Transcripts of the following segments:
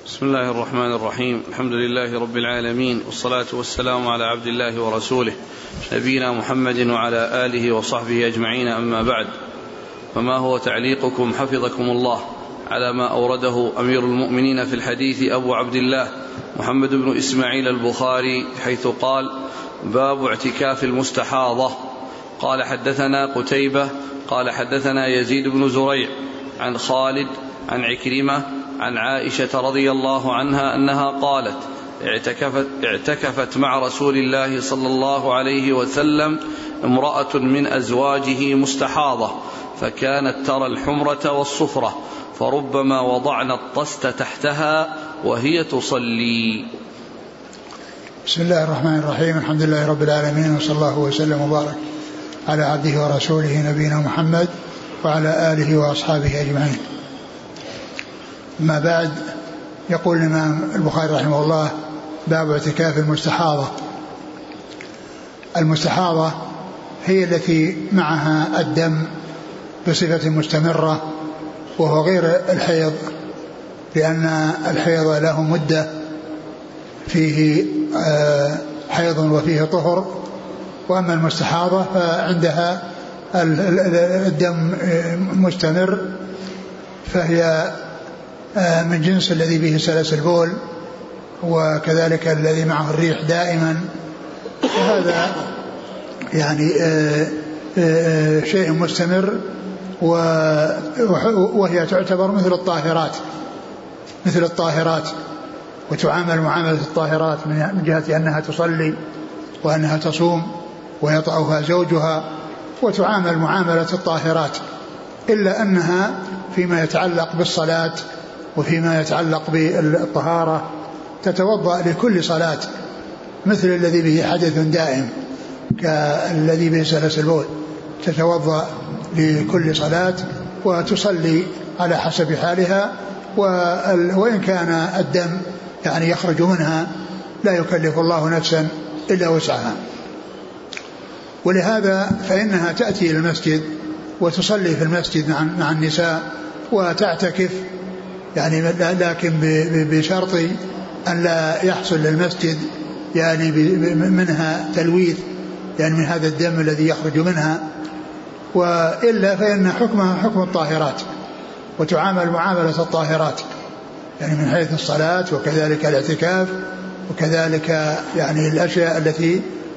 بسم الله الرحمن الرحيم. الحمد لله رب العالمين، والصلاة والسلام على عبد الله ورسوله نبينا محمد وعلى آله وصحبه أجمعين، أما بعد. فما هو تعليقكم حفظكم الله على ما أورده أمير المؤمنين في الحديث أبو عبد الله محمد بن إسماعيل البخاري، حيث قال: باب اعتكاف المستحاضة. قال: حدثنا قتيبة قال: حدثنا يزيد بن زريع عن خالد عن عكرمة عن عائشة رضي الله عنها أنها قالت: اعتكفت مع رسول الله صلى الله عليه وسلم امرأة من أزواجه مستحاضة، فكانت ترى الحمرة والصفرة، فربما وضعنا الطست تحتها وهي تصلي. بسم الله الرحمن الرحيم. الحمد لله رب العالمين، وصلى الله وسلم وبارك على عبده ورسوله نبينا محمد وعلى آله وأصحابه أجمعين. ما بعد، يقول الإمام البخاري رحمه الله: باب اعتكاف المستحاضة. المستحاضة هي التي معها الدم بصفة مستمرة، وهو غير الحيض، لأن الحيض له مدة فيه حيض وفيه طهر، وأما المستحاضة فعندها الدم مستمر، فهي من جنس الذي به سلس البول، وكذلك الذي معه الريح دائما. هذا يعني شيء مستمر، وهي تعتبر مثل الطاهرات، وتعامل معاملة الطاهرات من جهة أنها تصلي وأنها تصوم ويطأها زوجها، وتعامل معاملة الطاهرات، إلا أنها فيما يتعلق بالصلاة وفيما يتعلق بالطهارة تتوضأ لكل صلاة، مثل الذي به حدث دائم كالذي به سلس البول، تتوضأ لكل صلاة وتصلي على حسب حالها، وإن كان الدم يعني يخرج منها لا يكلف الله نفسا إلا وسعها. ولهذا فإنها تأتي إلى المسجد وتصلي في المسجد مع النساء وتعتكف، يعني لكن بشرط أن لا يحصل للمسجد يعني منها تلويث، يعني من هذا الدم الذي يخرج منها، وإلا فإن حكمها حكم الطاهرات، وتعامل معاملة الطاهرات، يعني من حيث الصلاة وكذلك الاعتكاف وكذلك يعني الأشياء التي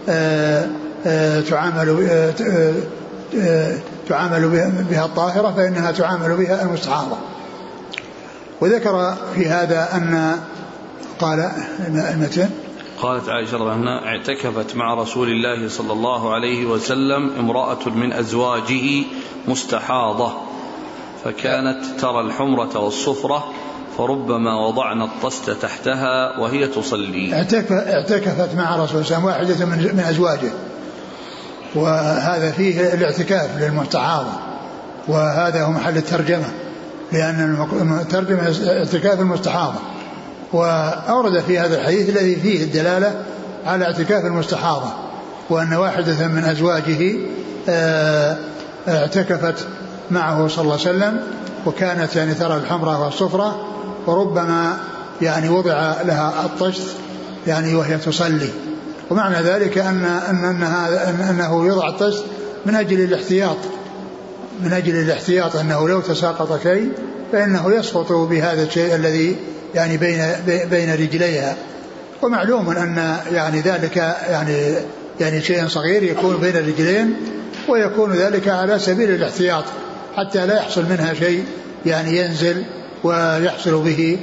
تعامل بها الطاهرة فإنها تعامل بها المستحاضة. وذكر في هذا أن قال المتن: قالت عائشة رضي الله عنها: اعتكفت مع رسول الله صلى الله عليه وسلم امرأة من أزواجه مستحاضة، فكانت ترى الحمرة والصفرة، فربما وضعنا الطست تحتها وهي تصلي. اعتكفت مع رسول الله واحدة من أزواجه، وهذا فيه الاعتكاف للمستحاضة، وهذا هو محل الترجمة، لأن الترجمة اعتكاف المستحاضة. وأورد في هذا الحديث الذي فيه الدلالة على اعتكاف المستحاضة، وأن واحدة من أزواجه اعتكفت معه صلى الله عليه وسلم، وكانت يعني ترى الحمرة والصفرة، وربما يعني وضع لها الطشت يعني وهي تصلي. ومعنى ذلك أنه يضع الطشت من أجل الاحتياط، أنه لو تساقط شيء فإنه يسقط بهذا الشيء الذي يعني بين رجليها. ومعلوم أن يعني ذلك يعني شيء صغير يكون بين الرجلين، ويكون ذلك على سبيل الاحتياط حتى لا يحصل منها شيء يعني ينزل ويحصل به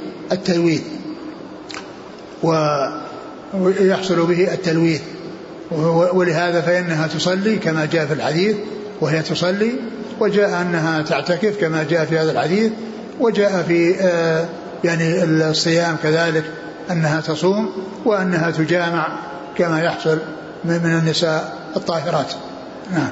التلويث. ولهذا فإنها تصلي كما جاء في الحديث وهي تصلي، وجاء أنها تعتكف كما جاء في هذا الحديث، وجاء في يعني الصيام كذلك أنها تصوم، وأنها تجامع كما يحصل من النساء الطاهرات. نعم.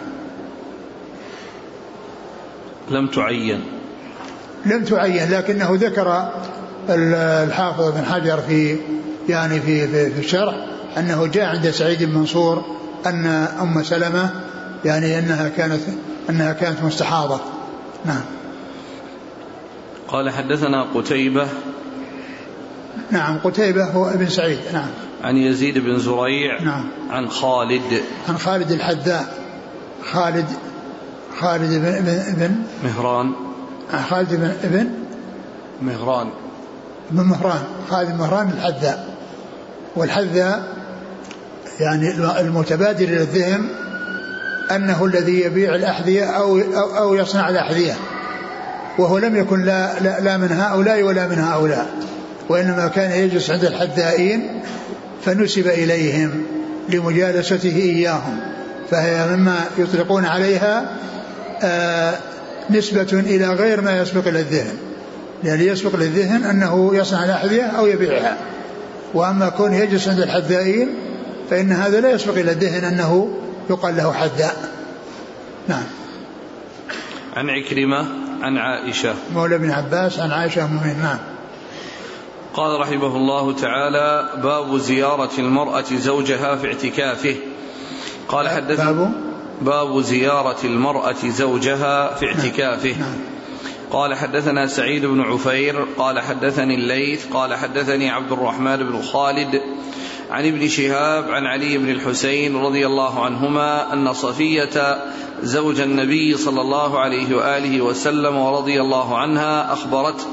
لم تعين، لكنه ذكر الحافظ بن حجر في الشرح أنه جاء عند سعيد بن منصور أن أم سلمة يعني أنها كانت مستحاضة. نعم. قال: حدثنا قتيبة نعم قتيبة هو ابن سعيد. نعم. عن يزيد بن زريع. نعم. عن خالد الحذاء خالد بن مهران. خالد بن مهران خالد بن مهران الحذاء. والحذاء يعني المتبادر إلى الذهن أنه الذي يبيع الأحذية أو يصنع الأحذية، وهو لم يكن لا من هؤلاء ولا من هؤلاء، وإنما كان يجلس عند الحذائين فنسب إليهم لمجالسته إياهم، فهي مما يطلقون عليها نسبة إلى غير ما يسبق إلى الذهن، لأن يسبق للذهن أنه يصنع الأحذية أو يبيعها، وأما كون يجلس عند الحذائين فإن هذا لا يسبق إلى الذهن أنه يقال له حذاء. نعم. عن عكرمة عن عائشة مولى بن عباس عن عائشة أم. نعم. قال رحمه الله تعالى: باب زيارة المرأة زوجها في اعتكافه. قال حدثنا باب زيارة المرأة زوجها في اعتكافه. قال حدثنا سعيد بن عفير قال حدثني الليث قال حدثني عبد الرحمن بن خالد عن ابن شهاب عن علي بن الحسين رضي الله عنهما أن صفية زوج النبي صلى الله عليه وآله وسلم ورضي الله عنها أخبرته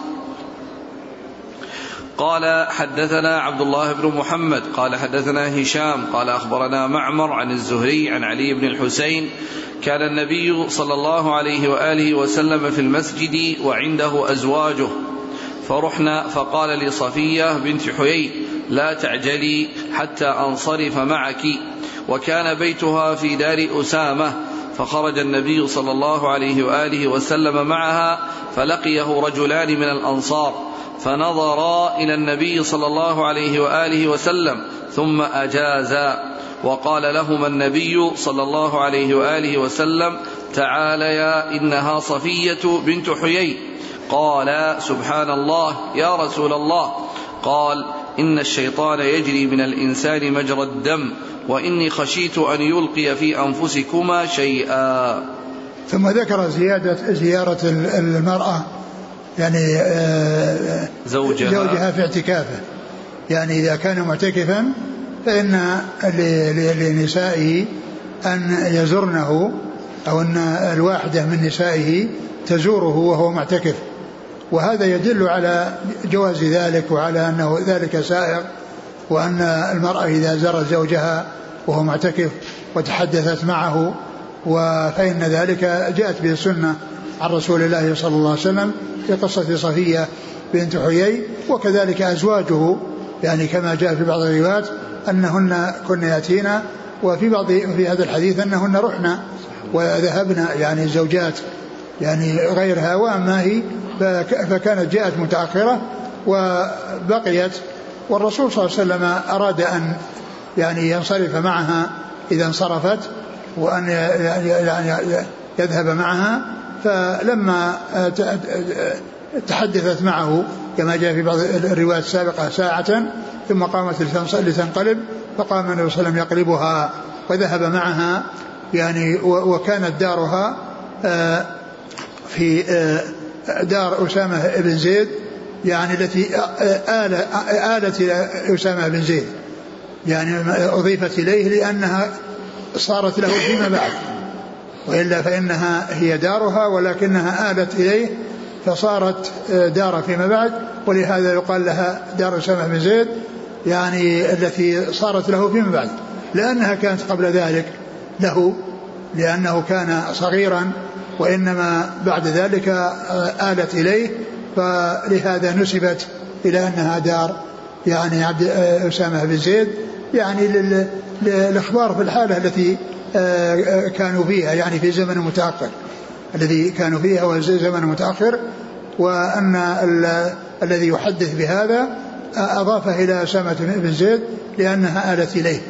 قال حدثنا عبد الله بن محمد قال حدثنا هشام قال أخبرنا معمر عن الزهري عن علي بن الحسين كان النبي صلى الله عليه وآله وسلم في المسجد وعنده أزواجه فرحنا فقال لصفية بنت حيي: لا تعجلي حتى أنصرف معك، وكان بيتها في دار أسامة، فخرج النبي صلى الله عليه وآله وسلم معها فلقيه رجلان من الأنصار فنظرا إلى النبي صلى الله عليه وآله وسلم ثم أجازا، وقال لهما النبي صلى الله عليه وآله وسلم: تعاليا إنها صفية بنت حيي. قال: سبحان الله يا رسول الله. قال: إن الشيطان يجري من الإنسان مجرى الدم، وإني خشيت أن يلقي في أنفسكما شيئا. ثم ذكر زيارة المرأة يعني زوجها في اعتكافه، يعني إذا كان معتكفا فإن لنسائه أن يزرنه، أو أن الواحدة من نسائه تزوره وهو معتكف، وهذا يدل على جواز ذلك وعلى أنه ذلك سائغ، وأن المرأة إذا زارت زوجها وهو معتكف وتحدثت معه فإن ذلك جاءت به السنة عن رسول الله صلى الله عليه وسلم في قصة صفية بنت حيي، وكذلك أزواجه يعني كما جاء في بعض الروايات أنهن كن يأتينا، في هذا الحديث أنهن رحنا وذهبنا يعني الزوجات يعني غيرها، وأما هي فكانت جاءت متأخرة وبقيت، والرسول صلى الله عليه وسلم أراد أن يعني ينصرف معها إذا انصرفت، وأن يعني يذهب معها، فلما تحدثت معه كما جاء في بعض الروايات السابقة ساعة ثم قامت لتنقلب، فقام النبي صلى الله عليه وسلم يقلبها وذهب معها يعني، وكانت دارها في دار أسامة بن زيد يعني التي آلت إلى أسامة بن زيد، يعني أضيفت إليه لأنها صارت له فيما بعد، وإلا فإنها هي دارها ولكنها آلت إليه فصارت دار فيما بعد، ولهذا يقال لها دار أسامة بن زيد يعني التي صارت له فيما بعد، لأنها كانت قبل ذلك له لأنه كان صغيرا، وإنما بعد ذلك آلت إليه، فلهذا نسبت إلى أنها دار يعني عبد أسامة بن زيد، يعني للإخبار في الحالة التي كانوا فيها يعني في زمن متأخر، الذي كانوا فيها هو زمن متأخر، وأن الذي يحدث بهذا أضافه إلى أسامة بن زيد لأنها آلت إليه.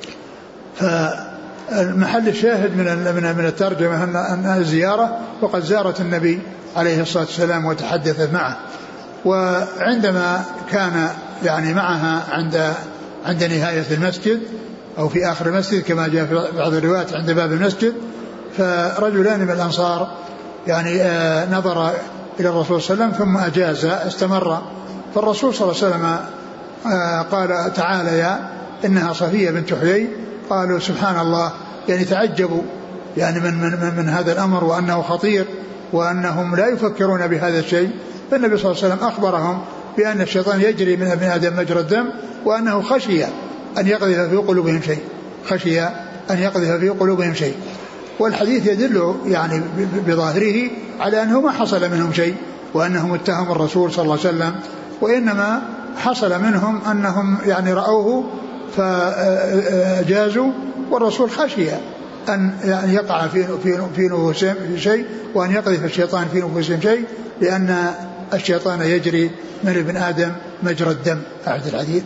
فالمحل الشاهد من الترجمة أن الزيارة وقد زارت النبي عليه الصلاة والسلام وتحدثت معه، وعندما كان يعني معها عند نهاية المسجد أو في آخر المسجد كما جاء في بعض الروايات عند باب المسجد، فرجلان من الأنصار يعني نظر إلى الرسول صلى الله عليه وسلم ثم أجاز استمر، فالرسول صلى الله عليه وسلم قال تعالى يا إنها صفية بنت حيي، قالوا سبحان الله، يعني تعجبوا يعني من هذا الأمر وأنه خطير وأنهم لا يفكرون بهذا الشيء. فالنبي صلى الله عليه وسلم أخبرهم بأن الشيطان يجري من ابن آدم مجرى الدم، وأنه خشي أن يقذف في قلوبهم شيء، خشي أن يقذف في قلوبهم شيء. والحديث يدل يعني بظاهره على أنه ما حصل منهم شيء، وأنهم اتهموا الرسول صلى الله عليه وسلم، وإنما حصل منهم أنهم يعني رأوه فجازوا، والرسول خشي أن يعني يقع في نفوسهم شيء، وأن يقذف الشيطان في نفوسهم شيء، لأن الشيطان يجري من ابن آدم مجرى الدم. أعد الحديث.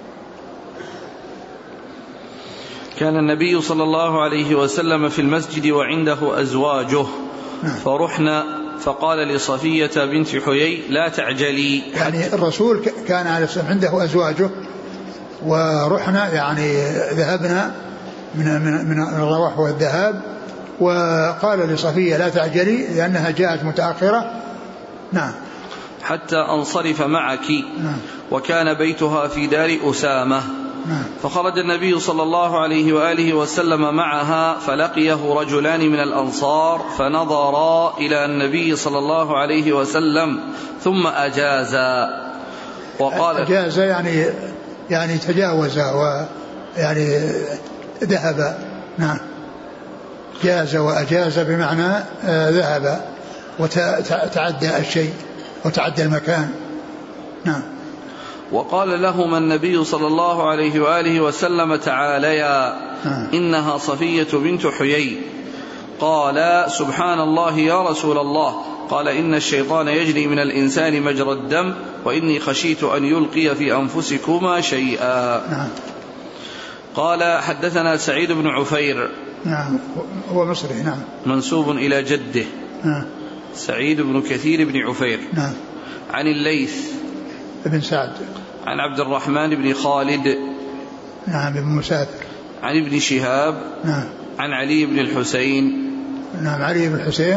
كان النبي صلى الله عليه وسلم في المسجد وعنده أزواجه فرحنا فقال لصفية بنت حيي لا تعجلي. يعني الرسول كان عليه الصلاة عنده أزواجه، ورحنا يعني ذهبنا من الروح والذهاب، وقال لصفية لا تعجلي لأنها جاءت متأخرة. نعم. حتى أنصرف معك. وكان بيتها في دار أسامة. فخرج النبي صلى الله عليه وآله وسلم معها، فلقيه رجلان من الأنصار فنظرا إلى النبي صلى الله عليه وسلم ثم أجازا. وقال أجاز يعني تجاوز ويعني ذهب. نعم. جاز وأجاز بمعنى ذهب وتعدى الشيء وتعدى المكان. نعم. وقال لهما النبي صلى الله عليه وآله وسلم تعاليا إنها صفية بنت حيي. قال سبحان الله يا رسول الله. قال إن الشيطان يجري من الإنسان مجرى الدم، وإني خشيت أن يلقي في أنفسكما شيئا. قال حدثنا سعيد بن عفير. نعم. هو مصري. نعم. منسوب إلى جده. سعيد بن كثير بن عفير. نعم. عن الليث ابن سعد. عن عبد الرحمن بن خالد. نعم. ابن مسافر. عن ابن شهاب. نعم. عن علي بن الحسين. نعم. علي بن الحسين.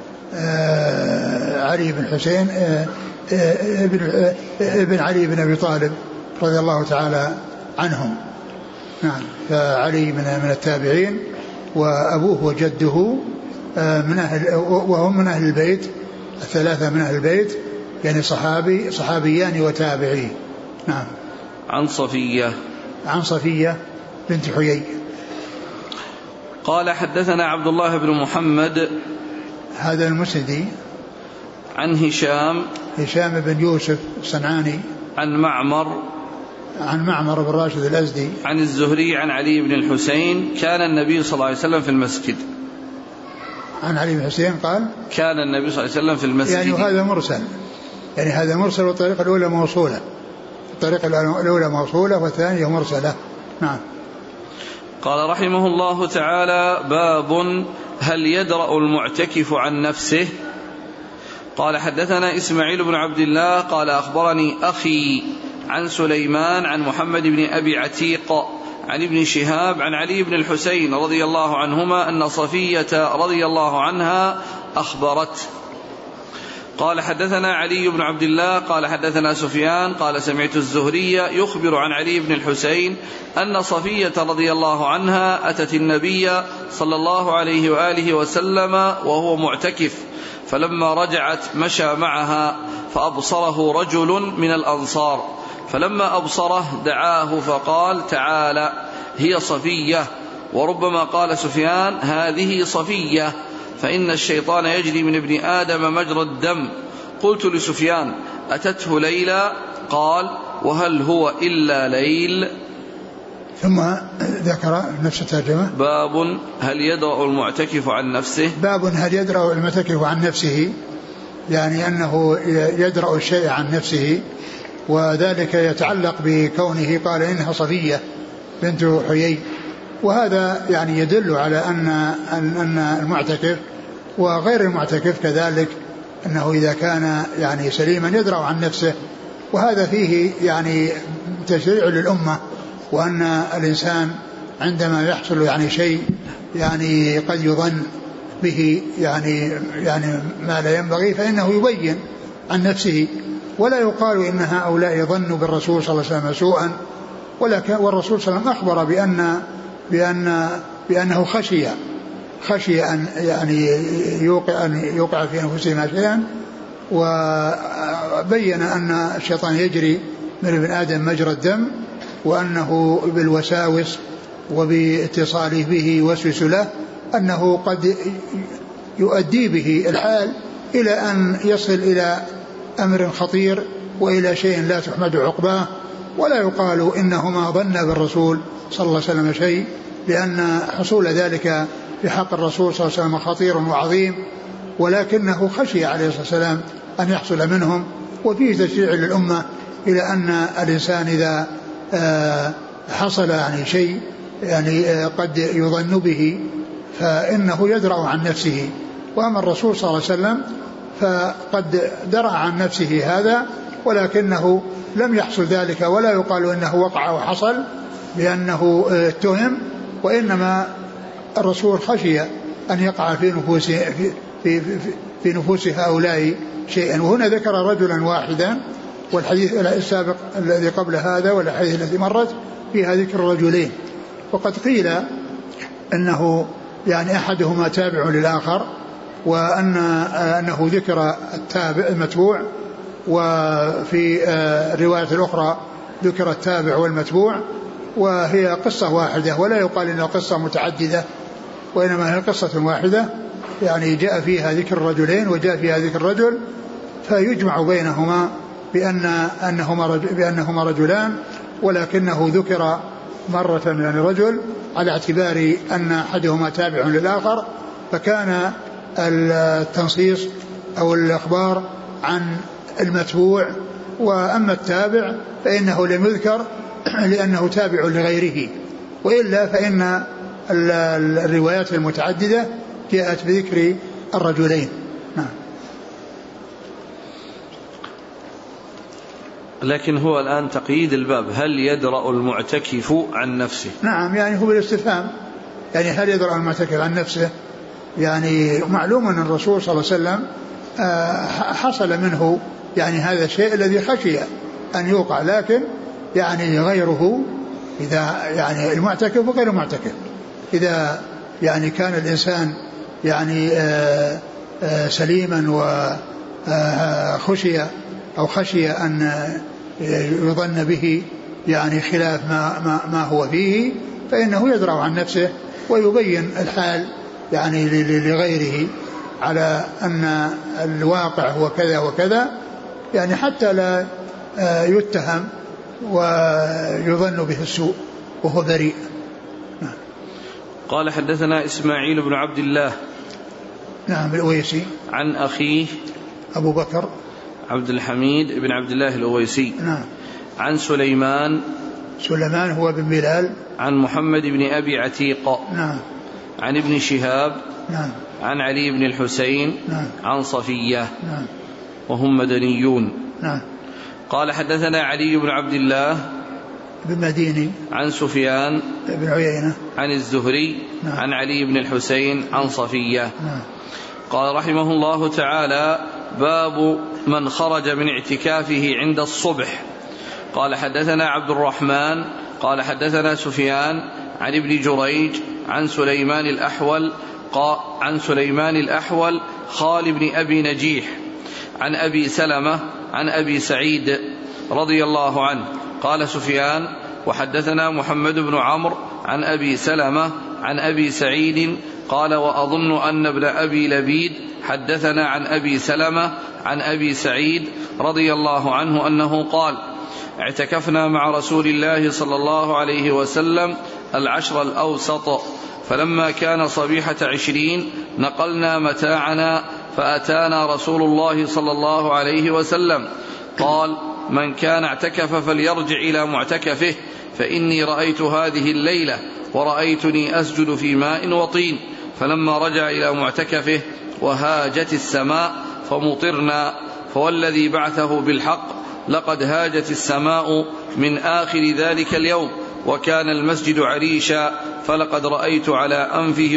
علي بن الحسين ابن علي بن أبي طالب رضي الله تعالى عنهم. نعم. فعلي من التابعين، وأبوه وجده من أهل، وهم من أهل البيت الثلاثة من أهل البيت، يعني صحابيان وتابعي. نعم. عن صفية بنت حيي. قال حدثنا عبد الله بن محمد هذا المسندي. عن هشام بن يوسف الصنعاني. عن معمر بن راشد الأزدي. عن الزهري عن علي بن الحسين. كان النبي صلى الله عليه وسلم في المسجد. عن علي بن الحسين قال كان النبي صلى الله عليه وسلم في المسجد. يعني هذا مرسل، والطريقة الأولى موصولة. الطريقة الأولى موصولة والثانية مرسلة. نعم. قال رحمه الله تعالى باب هل يدرأ المعتكف عن نفسه. قال حدثنا إسماعيل بن عبد الله قال أخبرني أخي عن سليمان عن محمد بن أبي عتيق عن ابن شهاب عن علي بن الحسين رضي الله عنهما أن صفية رضي الله عنها أخبرت. قال حدثنا علي بن عبد الله قال حدثنا سفيان قال سمعت الزهري يخبر عن علي بن الحسين أن صفية رضي الله عنها أتت النبي صلى الله عليه وآله وسلم وهو معتكف، فلما رجعت مشى معها فأبصره رجل من الأنصار، فلما أبصره دعاه فقال تعالى هي صفية. وربما قال سفيان هذه صفية، فإن الشيطان يجري من ابن آدم مجرى الدم. قلت لسفيان أتته ليلى؟ قال وهل هو إلا ليل. ثم ذكر نفس الترجمة. باب هل يدرأ المعتكف عن نفسه. باب هل يدرأ المعتكف عن نفسه، يعني أنه يدرأ الشيء عن نفسه، وذلك يتعلق بكونه قال إنها صفية بنت حيي، وهذا يعني يدل على أن المعتكف وغير المعتكف كذلك أنه إذا كان يعني سليما يدرأ عن نفسه، وهذا فيه يعني تشريع للأمة، وأن الإنسان عندما يحصل يعني شيء يعني قد يظن به يعني ما لا ينبغي فإنه يبين عن نفسه، ولا يقال إن هؤلاء ظنوا بالرسول صلى الله عليه وسلم سوءا، والرسول صلى الله عليه وسلم أخبر بأنه خشي أن يعني يوقع في أنفسهم شيئا، وبين أن الشيطان يجري من ابن آدم مجرى الدم، وأنه بالوساوس وباتصاله به يوسوس له أنه قد يؤدي به الحال إلى أن يصل إلى أمر خطير وإلى شيء لا تحمد عقباه. ولا يقال إنهما ظن بالرسول صلى الله عليه وسلم شيء، لأن حصول ذلك في حق الرسول صلى الله عليه وسلم خطير وعظيم، ولكنه خشي عليه الصلاة والسلام أن يحصل منهم. وفيه تشريع للأمة إلى أن الإنسان إذا حصل يعني شيء يعني قد يظن به فإنه يدرأ عن نفسه، وأما الرسول صلى الله عليه وسلم فقد درأ عن نفسه هذا، ولكنه لم يحصل ذلك، ولا يقال إنه وقع وحصل بأنه اتهم، وإنما الرسول خشي أن يقع في نفوس هؤلاء شيئا. وهنا ذكر رجلا واحدا، والحديث السابق الذي قبل هذا والحديث الذي مرت فيها ذكر رجلين. وقد قيل أنه يعني أحدهما تابع للآخر، وأنه ذكر التابع المتبوع، وفي الرواية الأخرى ذكر التابع والمتبوع، وهي قصة واحدة، ولا يقال إنها قصة متعددة، وإنما هي قصة واحدة يعني جاء فيها ذكر الرجلين وجاء فيها ذكر الرجل، فيجمع بينهما بأنهما رجلان، ولكنه ذكر مرة يعني رجل على اعتبار أن أحدهما تابع للآخر، فكان التنصيص أو الأخبار عن المتبوع، وأما التابع فإنه لم يذكر لأنه تابع لغيره، وإلا فإن الروايات المتعددة جاءت بذكر الرجلين. نعم. لكن هو الآن تقييد الباب، هل يدرأ المعتكف عن نفسه؟ نعم، يعني هو بالاستفهام، يعني هل يدرأ المعتكف عن نفسه؟ يعني معلوم أن الرسول صلى الله عليه وسلم حصل منه يعني هذا الشيء الذي خشي أن يوقع، لكن يعني غيره إذا يعني المعتكف وغير المعتكف، إذا يعني كان الإنسان يعني سليما وخشي أو خشي أن يظن به يعني خلاف ما هو فيه، فإنه يدرأ عن نفسه ويبين الحال يعني لغيره على أن الواقع هو كذا وكذا، يعني حتى لا يتهم ويظن به السوء وهو بريء. قال حدثنا إسماعيل بن عبد الله نعم الأويسي عن أخيه أبو بكر عبد الحميد بن عبد الله الأويسي نعم عن سليمان هو بن بلال عن محمد بن أبي عتيق نعم عن ابن شهاب نعم عن علي بن الحسين نعم عن صفية نعم وهم مدنيون. نعم. قال حدثنا علي بن عبد الله بن مديني عن سفيان بن عيينة عن الزهري نعم. عن علي بن الحسين عن صفية نعم. قال رحمه الله تعالى: باب من خرج من اعتكافه عند الصبح. قال حدثنا عبد الرحمن قال حدثنا سفيان عن ابن جريج عن سليمان الأحول خال بن أبي نجيح عن أبي سلمة عن أبي سعيد رضي الله عنه. قال سفيان: وحدثنا محمد بن عمرو عن أبي سلمة عن أبي سعيد قال: وأظن أن ابن أبي لبيد حدثنا عن أبي سلمة عن أبي سعيد رضي الله عنه أنه قال: اعتكفنا مع رسول الله صلى الله عليه وسلم العشر الأوسط، فلما كان صبيحة 20 نقلنا متاعنا فأتانا رسول الله صلى الله عليه وسلم قال: من كان اعتكف فليرجع إلى معتكفه، فإني رأيت هذه الليلة ورأيتني أسجد في ماء وطين. فلما رجع إلى معتكفه وهاجت السماء فمطرنا، فوالذي بعثه بالحق لقد هاجت السماء من آخر ذلك اليوم، وكان المسجد عريشا، فلقد رأيت على أنفه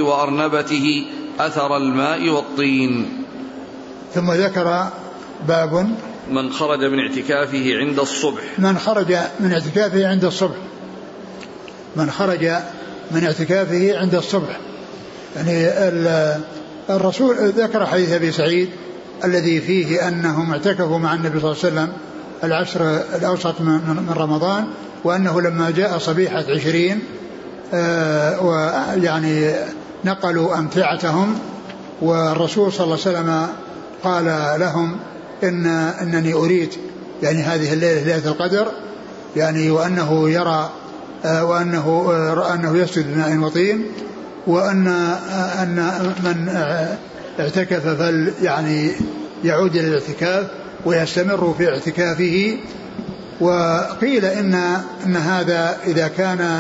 وأرنبته أثر الماء والطين. ثم ذكر باب من خرج من اعتكافه عند الصبح. من خرج من اعتكافه عند الصبح. من خرج من اعتكافه عند الصبح. يعني الرسول ذكر حديث أبي سعيد الذي فيه أنهم اعتكفوا مع النبي صلى الله عليه وسلم العشر الأوسط من رمضان، وأنه لما جاء صبيحة 20 ويعني نقلوا أمتعتهم، والرسول صلى الله عليه وسلم قال لهم إنني أريد يعني هذه الليلة ليلة القدر، يعني وأنه يرى وأنه يسجد بماء وطين، وأن من اعتكف فل يعني يعود إلى الاعتكاف ويستمر في اعتكافه. وقيل إن هذا إذا كان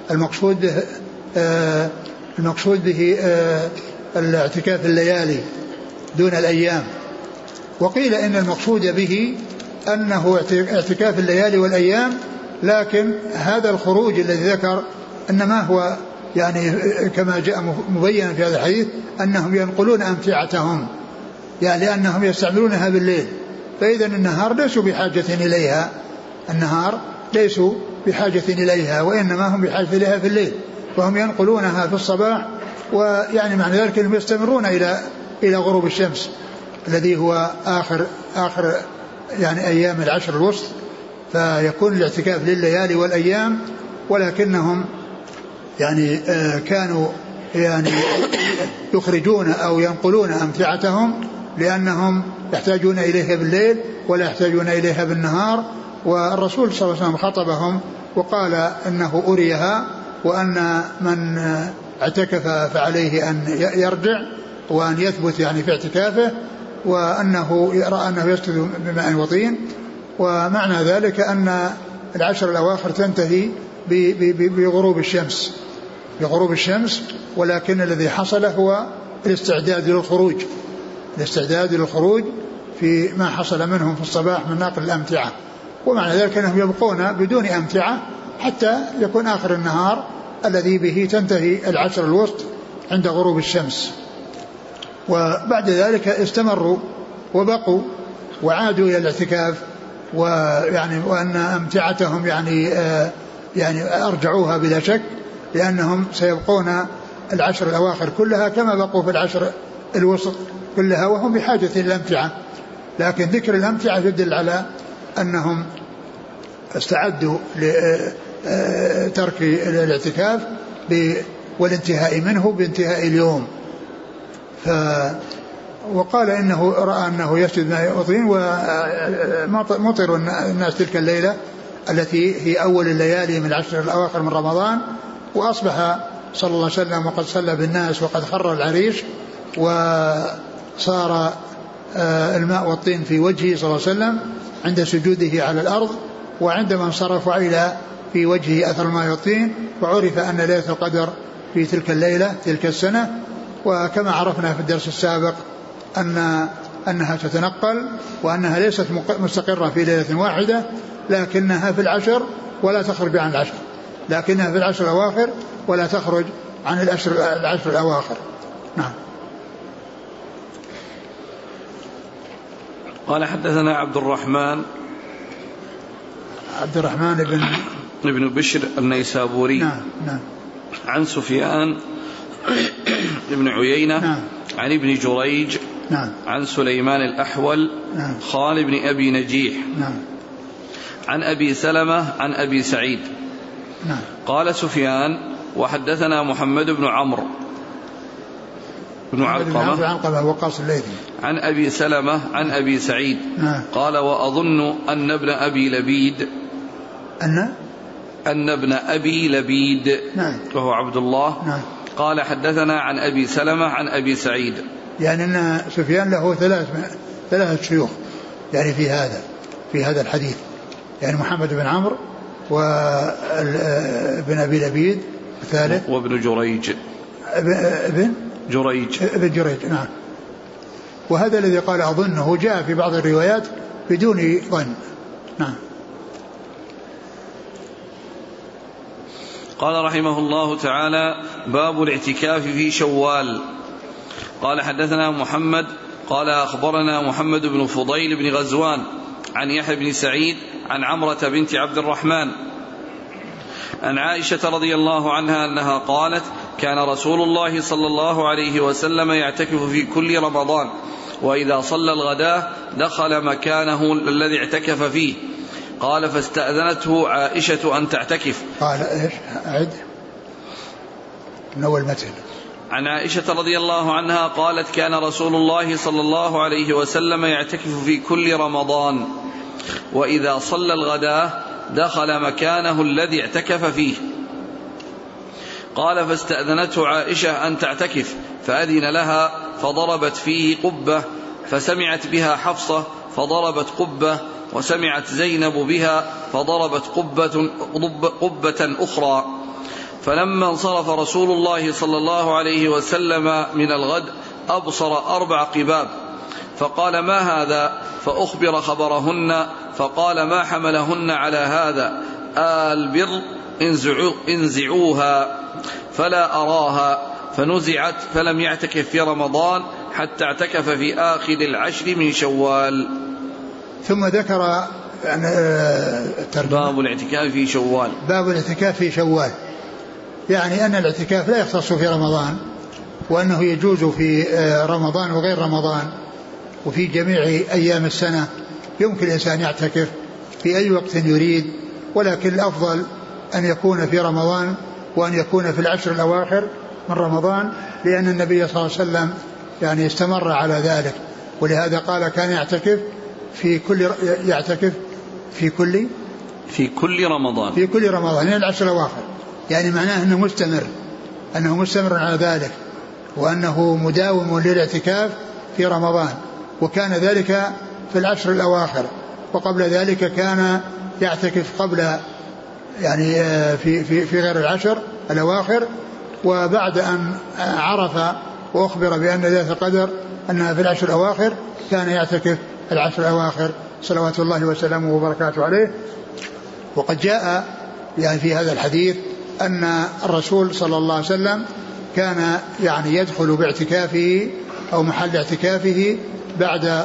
المقصود به الاعتكاف الليالي دون الأيام، وقيل إن المقصود به أنه اعتكاف الليالي والأيام، لكن هذا الخروج الذي ذكر إنما هو يعني كما جاء مبينا في هذا الحديث أنهم ينقلون أمتعتهم، يعني لأنهم يستعملونها بالليل، فإذا النهار ليسوا بحاجة إليها، النهار ليسوا بحاجة إليها، وإنما هم بحاجة إليها في الليل، وهم ينقلونها في الصباح، ويعني معنى ذلك أنهم يستمرون إلى غروب الشمس الذي هو آخر يعني أيام العشر الوسط، فيكون الاعتكاف لليالي والأيام، ولكنهم يعني كانوا يعني يخرجون أو ينقلون أمتعتهم لأنهم يحتاجون إليها بالليل ولا يحتاجون إليها بالنهار. والرسول صلى الله عليه وسلم خطبهم وقال إنه أريها، وأن من اعتكف فعليه أن يرجع وأن يثبت يعني في اعتكافه، وأنه يرى أنه يسجد بماء وطين. ومعنى ذلك أن العشر الأواخر تنتهي بغروب الشمس، ولكن الذي حصل هو الاستعداد للخروج في ما حصل منهم في الصباح من نقل الأمتعة، ومعنى ذلك أنهم يبقون بدون أمتعة حتى يكون آخر النهار الذي به تنتهي العشر الوسط عند غروب الشمس. وبعد ذلك استمروا وبقوا وعادوا إلى الاعتكاف، ويعني وأن أمتعتهم يعني أرجعوها بلا شك، لأنهم سيبقون العشر الأواخر كلها كما بقوا في العشر الوسط كلها وهم بحاجة إلى الأمتعة. لكن ذكر الأمتعة يدل على أنهم استعدوا لترك الاعتكاف والانتهاء منه بانتهاء اليوم. وقال إنه رأى أنه يسجد ماء وطين، ومطر الناس تلك الليلة التي هي أول الليالي من العشر الأواخر من رمضان، وأصبح صلى الله عليه وسلم وقد صلى بالناس وقد خر العريش، وصار الماء والطين في وجهه صلى الله عليه وسلم عند سجوده على الأرض، وعندما انصرف وإلى في وجهه أثر الماء والطين، وعرف أن ليلة القدر في تلك الليلة تلك السنة. وكما عرفنا في الدرس السابق أنها تتنقل، وأنها ليست مستقرة في ليلة واحدة، لكنها في العشر ولا تخرج عن العشر، لكنها في العشر الأواخر ولا تخرج عن العشر الأواخر. نعم. قال حدثنا عبد الرحمن بن بشر النيسابوري. نعم. عن سفيان بن عيينة. نعم. عن ابن جريج. نعم. عن سليمان الأحول. نعم. خال بن أبي نجيح. نعم. عن أبي سلمة عن أبي سعيد. نعم. قال سفيان وحدثنا محمد بن عمرو بن علقمة وقاص الليثي عن أبي سلمة عن أبي سعيد. نعم. قال وأظن أن ابن أبي لبيد أن ابن أبي لبيد نعم. وهو عبد الله. نعم. قال حدثنا عن أبي سلمة عن أبي سعيد. يعني أن سفيان له ثلاثة شيوخ يعني في هذا الحديث، يعني محمد بن عمرو وابن أبي لبيد الثالث وابن جريج ابن جريج. نعم. وهذا الذي قال أظنه جاء في بعض الروايات بدون ظن. نعم. قال رحمه الله تعالى باب الاعتكاف في شوال. قال حدثنا محمد قال أخبرنا محمد بن فضيل بن غزوان عن يحيى بن سعيد عن عمرة بنت عبد الرحمن عن عائشة رضي الله عنها أنها قالت: كان رسول الله صلى الله عليه وسلم يعتكف في كل رمضان، وإذا صلى الغداة دخل مكانه الذي اعتكف فيه. قال: فاستأذنته عائشة أن تعتكف. قال إيش؟ أعد من أول متن. عن عائشة رضي الله عنها قالت: كان رسول الله صلى الله عليه وسلم يعتكف في كل رمضان، وإذا صلى الغداة دخل مكانه الذي اعتكف فيه. قال: فاستأذنته عائشة أن تعتكف، فأذن لها فضربت فيه قبة، فسمعت بها حفصة فضربت قبة، وسمعت زينب بها فضربت قبة أخرى. فلما انصرف رسول الله صلى الله عليه وسلم من الغد أبصر 4 قباب، فقال: ما هذا؟ فأخبر خبرهن، فقال: ما حملهن على هذا؟ البر انزعوها. فلا أراها، فنزعت، فلم يعتكف في رمضان حتى اعتكف في آخر 10 من شوال. ثم ذكر باب الاعتكاف في شوال. باب الاعتكاف في شوال، يعني أن الاعتكاف لا يختص في رمضان، وأنه يجوز في رمضان وغير رمضان، وفي جميع أيام السنة يمكن الإنسان يعتكف في أي وقت يريد، ولكن الأفضل أن يكون في رمضان، وأن يكون في 10 الأواخر من رمضان، لأن النبي صلى الله عليه وسلم يعني استمر على ذلك، ولهذا قال: كان يعتكف في كل رمضان يعني 10 الأواخر، يعني معناه أنه مستمر على ذلك، وأنه مداوم للاعتكاف في رمضان، وكان ذلك في 10 الأواخر. وقبل ذلك كان يعتكف قبل يعني في غير 10 الأواخر، وبعد أن عرف وأخبر بأن ذات القدر أنها في 10 الأواخر كان يعتكف 10 الأواخر صلوات الله وسلامه وبركاته عليه. وقد جاء يعني في هذا الحديث أن الرسول صلى الله عليه وسلم كان يعني يدخل باعتكافه أو محل اعتكافه بعد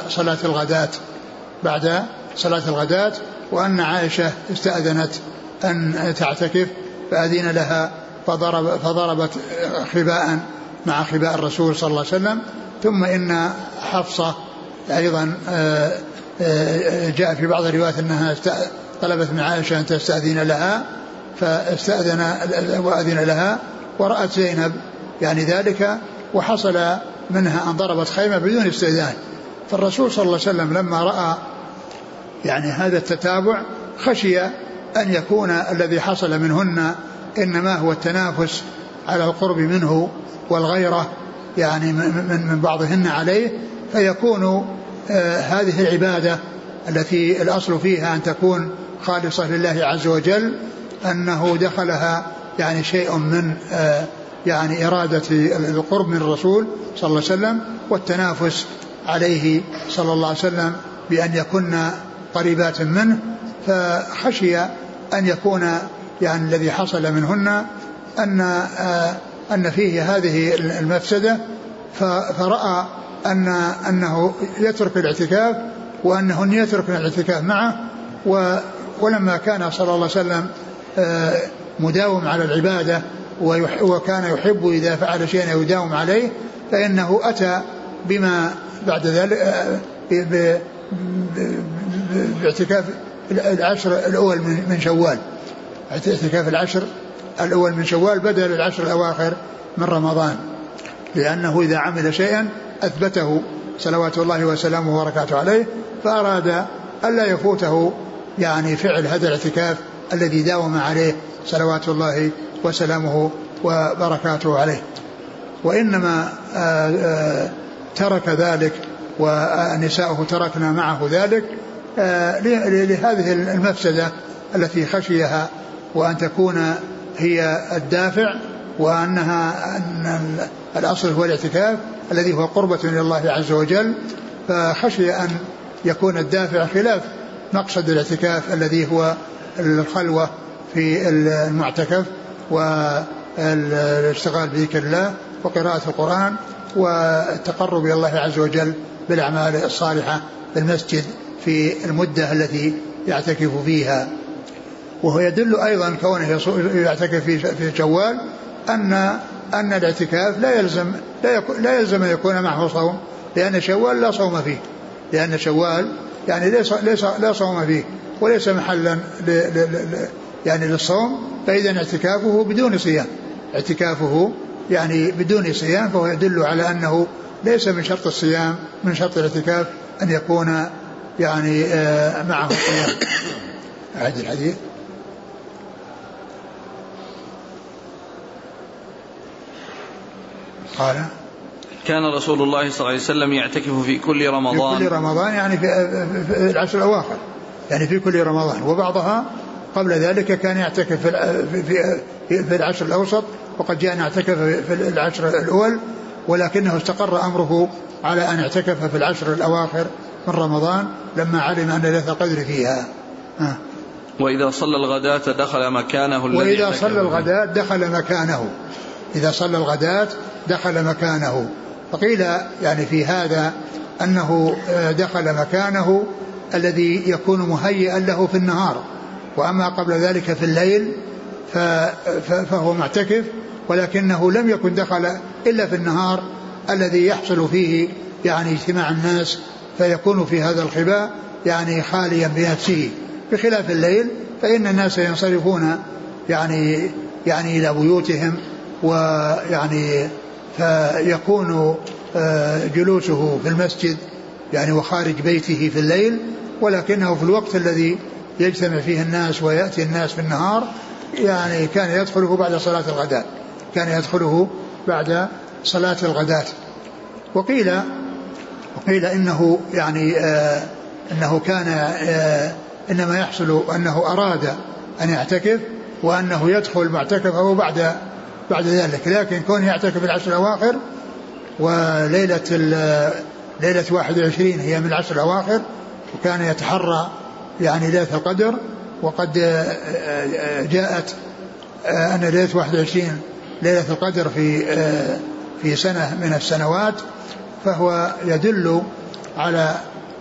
صلاة الغداة، وأن عائشة استأذنت أن تعتكف فأذن لها فضربت خباء مع خباء الرسول صلى الله عليه وسلم. ثم إن حفصة أيضا جاء في بعض الروايات أنها طلبت من عائشة أن تستأذن لها، وأذن لها، ورأت زينب يعني ذلك، وحصل منها أن ضربت خيمة بدون استئذان. فالرسول صلى الله عليه وسلم لما رأى يعني هذا التتابع خشي أن يكون الذي حصل منهن إنما هو التنافس على القرب منه والغيرة يعني من بعضهن عليه، فيكون هذه العبادة التي الأصل فيها أن تكون خالصة لله عز وجل أنه دخلها يعني شيء من يعني إرادة القرب من الرسول صلى الله عليه وسلم والتنافس عليه صلى الله عليه وسلم بأن يكون قريبات منه، فخشي أن يكون يعني الذي حصل منهن أن فيه هذه المفسدة، فرأى أنه يترك الاعتكاف وأنهن يتركن الاعتكاف معه. ولما كان صلى الله عليه وسلم مداوم على العبادة وكان يحب إذا فعل شيئا يداوم عليه، فإنه أتى بما بعد ذلك باعتكاف 10 الأول من شوال، اعتكاف 10 الأول من شوال بدل 10 الأواخر من رمضان، لأنه إذا عمل شيئا أثبته صلوات الله وسلامه وبركاته عليه، فأراد ألا يفوته يعني فعل هذا الاعتكاف الذي داوم عليه صلوات الله وسلامه وبركاته عليه. وإنما ترك ذلك ونساؤه تركنا معه ذلك لهذه المفسدة التي خشيها، وأن تكون هي الدافع، وأنها أن الأصل هو الاعتكاف الذي هو قربة إلى الله عز وجل، فخشي أن يكون الدافع خلاف مقصد الاعتكاف الذي هو الخلوة في المعتكف والاشتغال بذكر الله وقراءة القرآن والتقرب إلى الله عز وجل بالأعمال الصالحة بالمسجد في المدة التي يعتكف فيها. وهو يدل أيضا كونه يعتكف في شوال أن الاعتكاف لا يلزم أن يكون معه صوم، لأن شوال لا صوم فيه، لأن شوال يعني لا صوم فيه وليس محلا يعني للصوم، فإذا اعتكافه بدون صيام، اعتكافه يعني بدون صيام، فهو يدل على أنه ليس من شرط الصيام، من شرط الاعتكاف أن يكون يعني معه صيام. أعد الحديث. قال كان رسول الله صلى الله عليه وسلم يعتكف في كل رمضان، في كل رمضان يعني في العشر الأواخر، يعني في كل رمضان، وبعضها قبل ذلك كان يعتكف في العشر الأوسط، وقد جاء أن يعتكف في العشر الأول، ولكنه استقر أمره على أن يعتكف في العشر الأواخر من رمضان لما علم أن ليلة القدر فيها. وإذا صلى الغداة دخل مكانه وإذا صلى الغداة دخل مكانه، إذا صلى الغداة دخل مكانه. فقيل يعني في هذا أنه دخل مكانه الذي يكون مهيئا له في النهار، وأما قبل ذلك في الليل فهو معتكف، ولكنه لم يكن دخل إلا في النهار الذي يحصل فيه يعني اجتماع الناس، فيكون في هذا الخباء يعني خاليا بنفسه، بخلاف الليل فإن الناس ينصرفون يعني إلى بيوتهم، ويعني فيكون جلوسه في المسجد يعني وخارج بيته في الليل، ولكنه في الوقت الذي يجتمع فيه الناس ويأتي الناس في النهار يعني كان يدخله بعد صلاة الغداء، كان يدخله بعد صلاة الغداء. وقيل إنه يعني أنه كان إنما يحصل أنه أراد أن يعتكف وأنه يدخل معتكفه بعد ذلك، لكن كون يعتكف العشر الأواخر، ليلة 21 هي من العشر الأواخر، وكان يتحرى يعني ليلة القدر، وقد جاءت أن ليلة 21 ليلة القدر في سنة من السنوات، فهو يدل على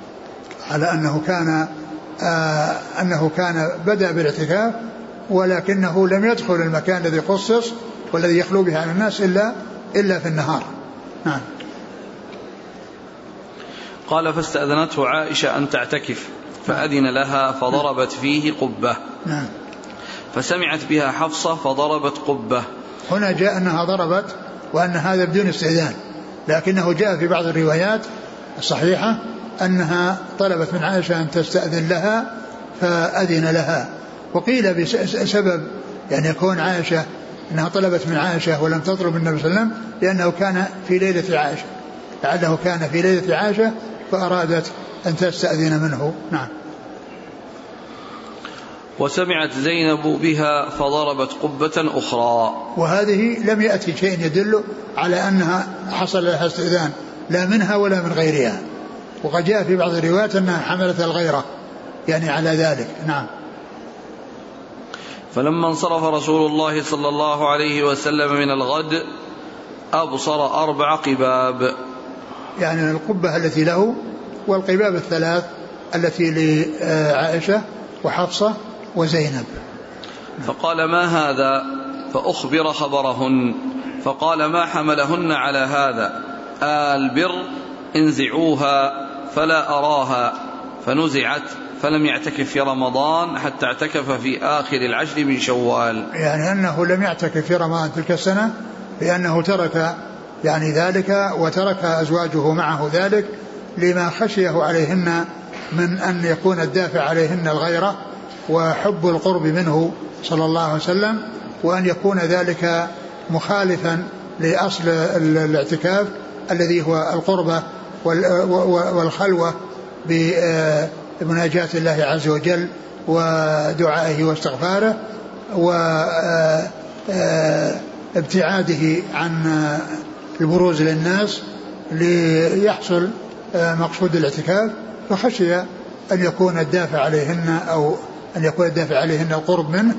أنه كان بدأ بالاعتكاف، ولكنه لم يدخل المكان الذي خصص والذي يخلو به عن الناس إلا في النهار. نعم. قال فاستأذنته عائشة أن تعتكف فأذن لها فضربت فيه قبة. نعم. فسمعت بها حفصة فضربت قبة. هنا جاء أنها ضربت وأن هذا بدون استئذان، لكنه جاء في بعض الروايات الصحيحة أنها طلبت من عائشة أن تستأذن لها فأذن لها. وقيل بسبب يعني يكون عائشة أنها طلبت من عائشة ولم تطلب النبي صلى الله عليه وسلم لأنه كان في ليلة عائشة، لعله كان في ليلة عائشة فأرادت أن تستأذن منه. نعم. وسمعت زينب بها فضربت قبة أخرى. وهذه لم يأتي شيء يدل على أنها حصل لها استئذان لا منها ولا من غيرها، وقد جاء في بعض الروايات أنها حملت الغيرة يعني على ذلك. نعم. فلما انصرف رسول الله صلى الله عليه وسلم من الغد أبصر 4 قباب، يعني القبة التي له والقباب 3 التي لعائشة وحفصة وزينب. فقال ما هذا؟ فأخبر خبرهن، فقال ما حملهن على هذا؟ البر انزعوها فلا أراها. فنزعت فلم يعتكف في رمضان حتى اعتكف في آخر العشر من شوال. يعني أنه لم يعتكف في رمضان تلك السنة لأنه ترك يعني ذلك، وترك أزواجه معه ذلك لما خشيه عليهن من أن يكون الدافع عليهن الغيرة وحب القرب منه صلى الله عليه وسلم، وأن يكون ذلك مخالفا لأصل الاعتكاف الذي هو القربة والخلوة بمناجاة الله عز وجل ودعائه واستغفاره وابتعاده عن البروز للناس ليحصل مقصود الاعتكاف، فخشي أن يكون الدافع عليهن أو أن يكون الدافع عليهن القرب منه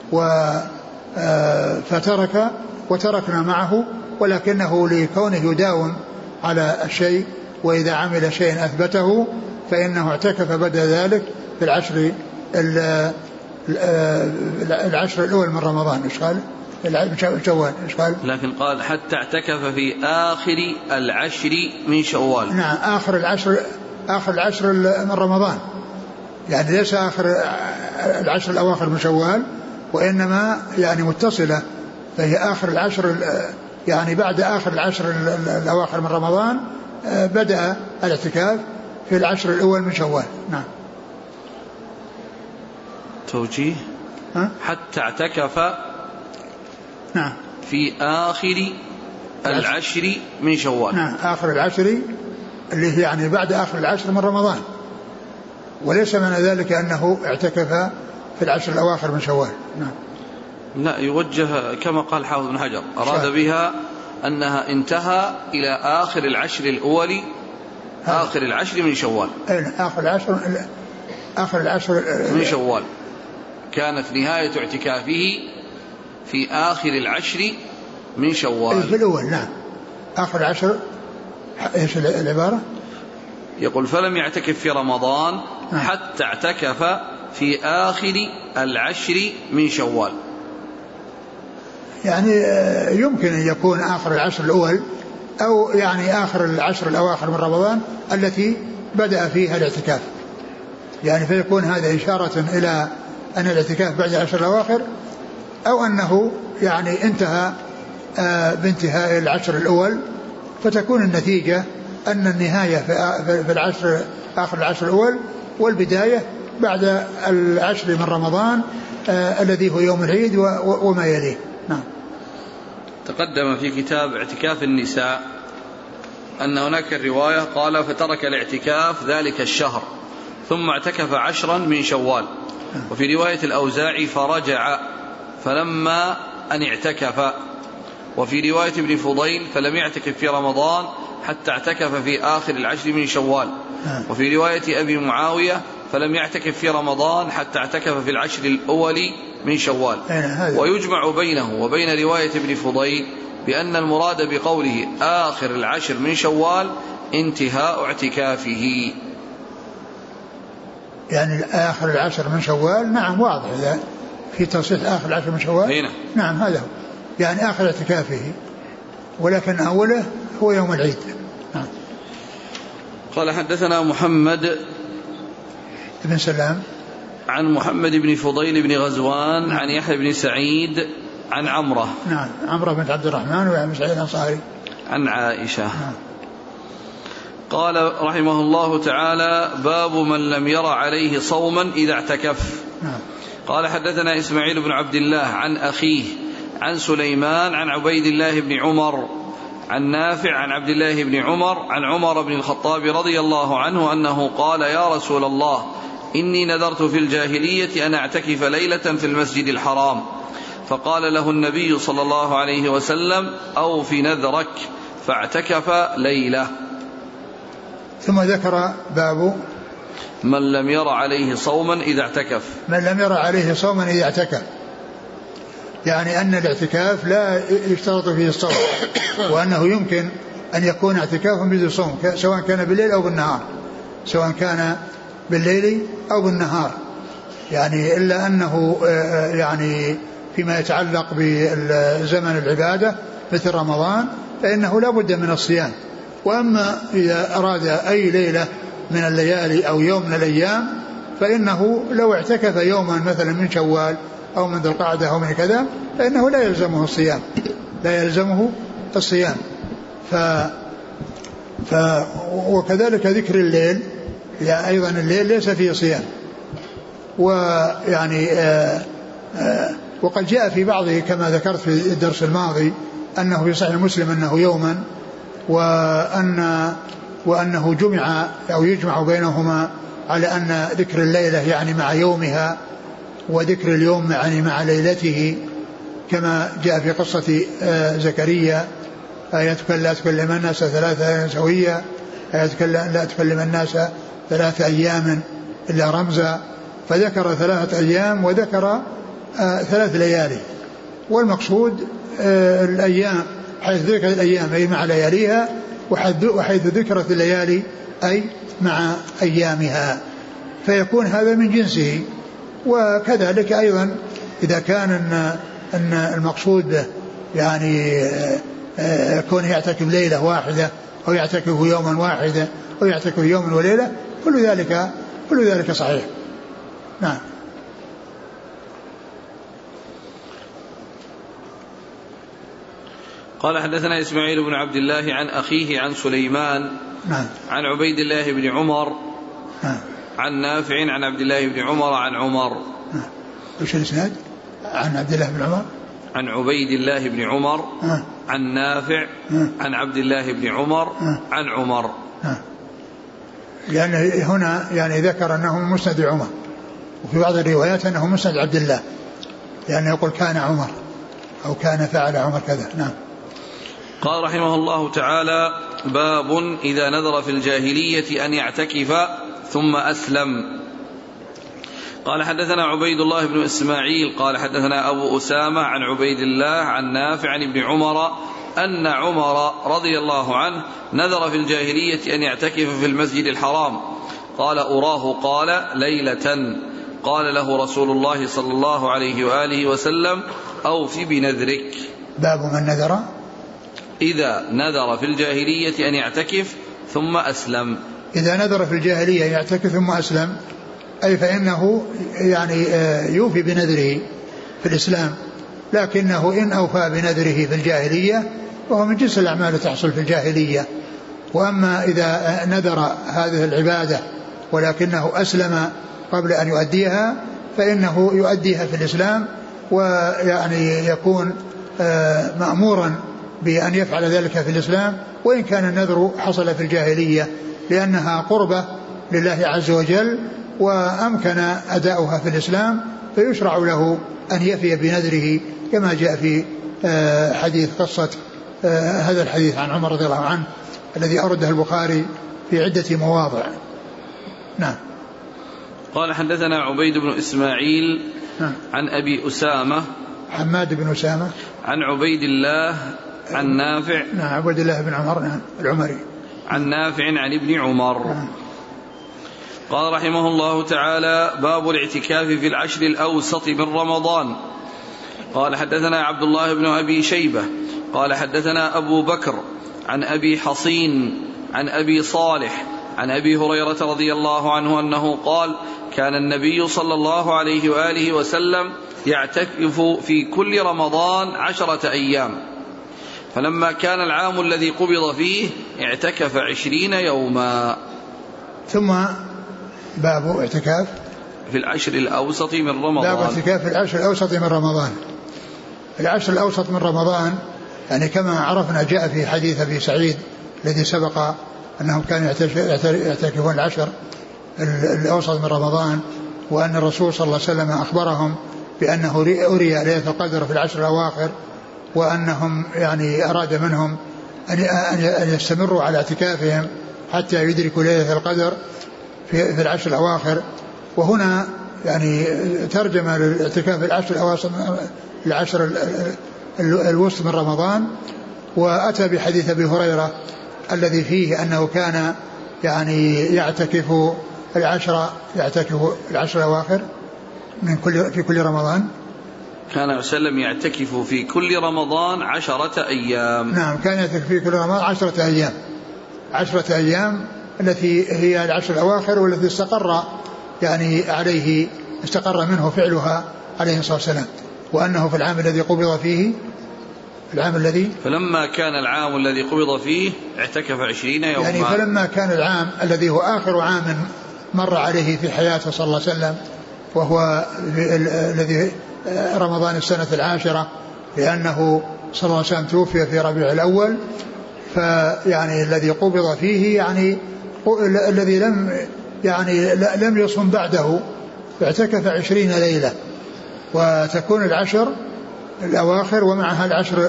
فترك وتركنا معه، ولكنه لكونه يداوم على الشيء وإذا عمل شيء أثبته فإنه اعتكف بعد ذلك في العشر الأول من رمضان. إيش قال؟ شوال. إيش قال؟ لكن قال حتى اعتكف في آخر العشر من شوال. نعم آخر العشر من رمضان، يعني ليس آخر العشر الأواخر من شوال، وإنما يعني متصلة، فهي آخر العشر، يعني بعد آخر العشر الأواخر من رمضان بدأ الاعتكاف في العشر الأول من شوال. نعم. توجيه حتى اعتكف نعم في آخر العشر من شوال. نعم آخر العشر اللي هي يعني بعد آخر العشر من رمضان، وليس معنى ذلك أنه اعتكف في العشر الأواخر من شوال. نعم. لا، يوجه كما قال حافظ بن حجر، أراد بها أنها انتهى إلى آخر العشر الأول، آخر العشر من شوال. آخر العشر من شوال كانت نهاية اعتكافه في آخر العشر من شوال. في الأول. نعم آخر العشر. إيش العبارة؟ يقول فلم يعتكف في رمضان حتى اعتكف في آخر العشر من شوال. يعني يمكن أن يكون آخر العشر الأول، أو يعني آخر العشر الأواخر من رمضان التي بدأ فيها الاعتكاف، يعني فيكون هذا إشارة إلى أن الاعتكاف بعد العشر الأواخر، أو أنه يعني انتهى بانتهاء العشر الأول، فتكون النتيجة أن النهاية في العشر، آخر العشر الأول، والبداية بعد العشر من رمضان الذي هو يوم العيد وما يليه. نعم. تقدم في كتاب اعتكاف النساء أن هناك الرواية قال فترك الاعتكاف ذلك الشهر ثم اعتكف 10 من شوال، وفي رواية الأوزاعي فرجع فلما أن اعتكف، وفي رواية ابن فضيل فلم يعتكف في رمضان حتى اعتكف في آخر العشر من شوال، وفي رواية أبي معاوية فلم يعتكف في رمضان حتى اعتكف في العشر الأول من شوال. ويجمع بينه وبين رواية ابن فضيل بأن المراد بقوله آخر العشر من شوال انتهاء اعتكافه. يعني آخر العشر من شوال. نعم واضح إذا في تصحيح آخر العشر من شوال. هنا. نعم هذا هو يعني آخر اعتكافه، ولكن أوله هو يوم العيد. نعم. قال حدثنا محمد بن سلام عن محمد بن فضيل بن غزوان عن يحيى بن سعيد عن عمرة. نعم عمرة بن عبد الرحمن وابن سعيد الأنصاري عن عائشة. قال رحمه الله تعالى باب من لم ير عليه صوما إذا اعتكف. قال حدثنا إسماعيل بن عبد الله عن أخيه عن سليمان عن عبيد الله بن عمر عن نافع عن عبد الله بن عمر عن عمر بن الخطاب رضي الله عنه أنه قال يا رسول الله إني نذرت في الجاهلية أن أعتكف ليلة في المسجد الحرام، فقال له النبي صلى الله عليه وسلم أوف نذرك، فاعتكف ليلة. ثم ذكر باب من لم ير عليه صوما إذا اعتكف. من لم ير عليه صوما إذا اعتكف، يعني أن الاعتكاف لا يشترط فيه الصوم، وأنه يمكن أن يكون اعتكاف بدون صوم سواء كان بالليل أو بالنهار، سواء كان بالليل أو بالنهار، يعني إلا أنه يعني فيما يتعلق بزمن العبادة مثل رمضان فإنه لا بد من الصيام. وأما إذا أراد أي ليلة من الليالي أو يوم من الأيام فإنه لو اعتكف يوما مثلا من شوال أو من ذي القعدة أو من كذا فإنه لا يلزمه الصيام، لا يلزمه الصيام. وكذلك ذكر الليل، يعني أيضا الليل ليس فيه صيام. ويعني وقد جاء في بعضه كما ذكرت في الدرس الماضي أنه في صحيح مسلم أنه يوما، وأنه جمع أو يجمع بينهما على أن ذكر الليلة يعني مع يومها، وذكر اليوم يعني مع ليلته، كما جاء في قصة زكريا آياتك لا تكلم الناس 3 أيام سوية، آياتك لا تكلم الناس 3 أيام إلا رمزا، فذكر 3 أيام وذكر 3 ليالي. والمقصود الأيام حيث ذكرت الأيام أي مع لياليها، وحيث ذكرت الليالي أي مع أيامها، فيكون هذا من جنسه. وكذلك أيضا إذا كان أن المقصود به يعني كون يعتكف ليلة واحدة أو يعتكف يوما واحدا أو يعتكف يوم وليلة، كل ذلك صحيح. نعم. قال حدثنا إسماعيل بن عبد الله عن أخيه عن سليمان نعم. عن عبيد الله بن عمر نعم. عن نافع عن عبد الله بن عمر عن عمر. نعم. وش الإسناد؟ عن عبد الله بن عمر عن عبيد الله بن عمر عن نافع عن عبد الله بن عمر عن عمر. لأن هنا يعني ذكر أنه مسند عمر، وفي بعض الروايات أنه مسند عبد الله، لأنه يقول كان عمر أو كان فعل عمر كذا. نعم. قال رحمه الله تعالى: باب إذا نذر في الجاهلية أن يعتكف ثم أسلم. قال حدثنا عبيد الله بن إسماعيل قال حدثنا أبو أسامة عن عبيد الله عن نافع عن ابن عمر أن عمر رضي الله عنه نذر في الجاهلية أن يعتكف في المسجد الحرام، قال أراه قال ليلة، قال له رسول الله صلى الله عليه وآله وسلم: أوف بنذرك. باب من نذر إذا نذر في الجاهلية أن يعتكف ثم أسلم. إذا نذر في الجاهلية يعتكف ثم أسلم، أي فإنه يعني يوفي بنذره في الإسلام، لكنه إن أوفى بنذره في الجاهلية وهو من جنس الأعمال تحصل في الجاهلية. وأما إذا نذر هذه العبادة ولكنه أسلم قبل أن يؤديها فإنه يؤديها في الإسلام، ويعني يكون مأمورا بأن يفعل ذلك في الإسلام، وإن كان النذر حصل في الجاهلية، لأنها قربة لله عز وجل وأمكن أداؤها في الإسلام، فيشرع له أن يفي بنذره كما جاء في حديث قصة هذا الحديث عن عمر رضي الله عنه الذي أورده البخاري في عدة مواضع. نعم. قال حدثنا عبيد بن إسماعيل عن أبي أسامة حماد بن أسامة عن عبيد الله عن نافع عبيد الله بن عمر العمري عن نافع عن ابن عمر. قال رحمه الله تعالى: باب الاعتكاف في العشر الأوسط من رمضان. قال حدثنا عبد الله بن أبي شيبة قال حدثنا أبو بكر عن أبي حصين عن أبي صالح عن أبي هريرة رضي الله عنه أنه قال: كان النبي صلى الله عليه وآله وسلم يعتكف في كل رمضان 10 أيام، فلما كان العام الذي قبض فيه اعتكف 20 يوما. ثم باب اعتكاف في العشر الأوسط من رمضان. باب اعتكاف في العشر الأوسط من رمضان. العشر الأوسط من رمضان يعني كما عرفنا جاء في حديث أبي سعيد الذي سبق أنهم كانوا يعتكفون العشر الأوسط من رمضان، وأن الرسول صلى الله عليه وسلم أخبرهم بأنه أري ليلة القدر في العشر الأواخر، وأنهم يعني أراد منهم أن يستمروا على اعتكافهم حتى يدركوا ليلة القدر في العشر الأواخر. وهنا يعني ترجم الاعتكاف في العشر الأواسط العشر الوسط من رمضان، وأتى بحديث أبي هريرة الذي فيه أنه كان يعني يعتكف العشر الأواخر في كل رمضان. كان وسلم يعتكف في كل رمضان 10 أيام. نعم، كان يعتكف في كل رمضان 10 أيام، 10 أيام التي هي العشر الأواخر، والتي استقر يعني عليه استقر منه فعلها عليه الصلاة والسلام، وأنه في العام الذي قبض فيه فلما كان العام الذي قبض فيه اعتكف 20 يوما، يعني فلما كان العام الذي هو آخر عام مر عليه في حياته صلى الله عليه وسلم، وهو الذي رمضان السنة 10، لأنه صلى الله عليه وسلم توفي في ربيع الأول، فيعني الذي قبض فيه يعني الذي لم يصم بعده اعتكف 20 ليلة، وتكون العشر الأواخر ومعها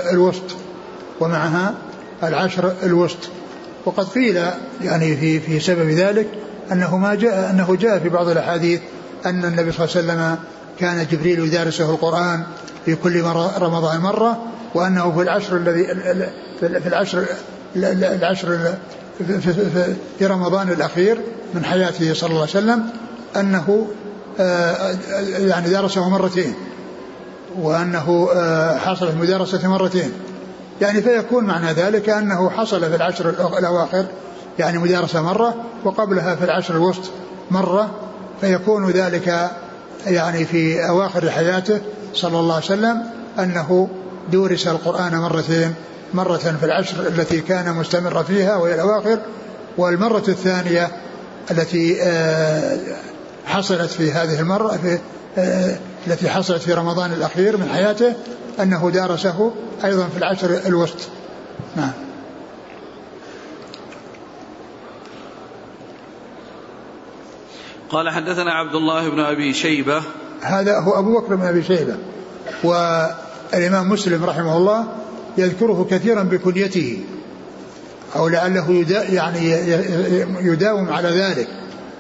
العشر الوسط. وقد قيل يعني في سبب ذلك أنه جاء في بعض الأحاديث أن النبي صلى الله عليه وسلم كان جبريل يدارسه القرآن في كل رمضان مرة، وأنه في العشر في رمضان الأخير من حياته صلى الله عليه وسلم أنه يعني درسه مرتين، وأنه حصل المدارسة مرتين، يعني فيكون معنى ذلك أنه حصل في العشر الأواخر يعني مدارسة مرة، وقبلها في العشر الوسط مرة، فيكون ذلك يعني في أواخر حياته صلى الله عليه وسلم أنه دورس القرآن مرتين، مرة في العشر التي كان مستمر فيها وهي الأواخر، والمرة الثانية التي حصلت في هذه المرة التي حصلت في رمضان الأخير من حياته أنه دارسه أيضا في العشر الوسط. نعم. قال حدثنا عبد الله بن أبي شيبة، هذا هو أبو بكر بن أبي شيبة، والإمام مسلم رحمه الله يذكره كثيرا بكنيته، أو لعله يعني يداوم على ذلك،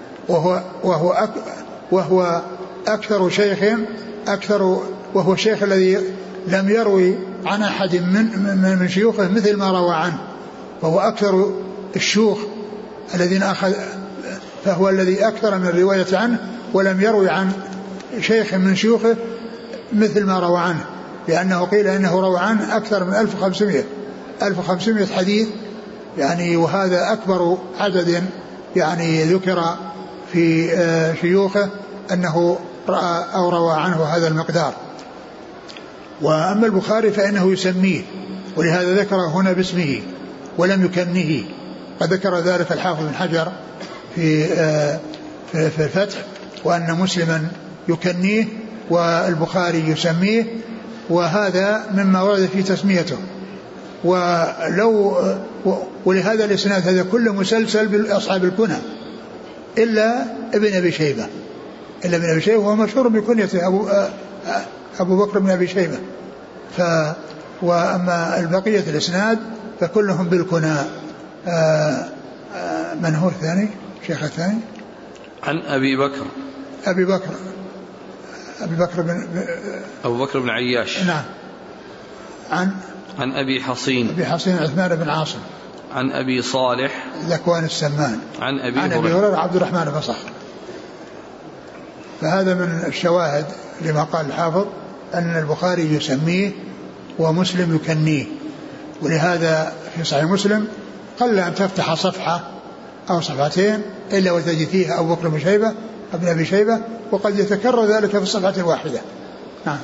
وهو أكثر شيخ وهو الشيخ الذي لم يروي عن أحد من شيوخه مثل ما روى عنه، فهو أكثر الشيوخ الذين فهو الذي أكثر من الرواية عنه، ولم يروي عن شيخ من شيوخه مثل ما روى عنه، لأنه قيل إنه روى عنه أكثر من 1500 حديث يعني، وهذا أكبر عدد يعني ذكر في شيوخه أنه رأى أو روى عنه هذا المقدار. وأما البخاري فإنه يسميه، ولهذا ذكره هنا باسمه ولم يكنه، قد ذكر ذلك الحافظ بن حجر في الفتح، وأن مسلما يكنيه والبخاري يسميه، وهذا مما ورد في تسميته. ولهذا الإسناد هذا كله مسلسل بالأصحاب الكنى إلا ابن أبي شيبة، وهو مشهور بكنيته أبو بكر بن أبي شيبة. وأما البقية الإسناد فكلهم بالكنى. من هو الثاني؟ شيخ الثاني عن أبي بكر بن عياش. نعم. عن أبي حصين عثمان بن عاصم. عن أبي صالح ذكوان السمان. عن أبي هريرة عبد الرحمن بن صخر. فهذا من الشواهد لما قال الحافظ أن البخاري يسميه ومسلم يكنيه، ولهذا في صحيح مسلم قل أن تفتح صفحة أو صفحتين إلا وتجد فيها أبو بكر بن أبي شيبة، وقد يتكرر ذلك في الصفحة الواحدة. نعم.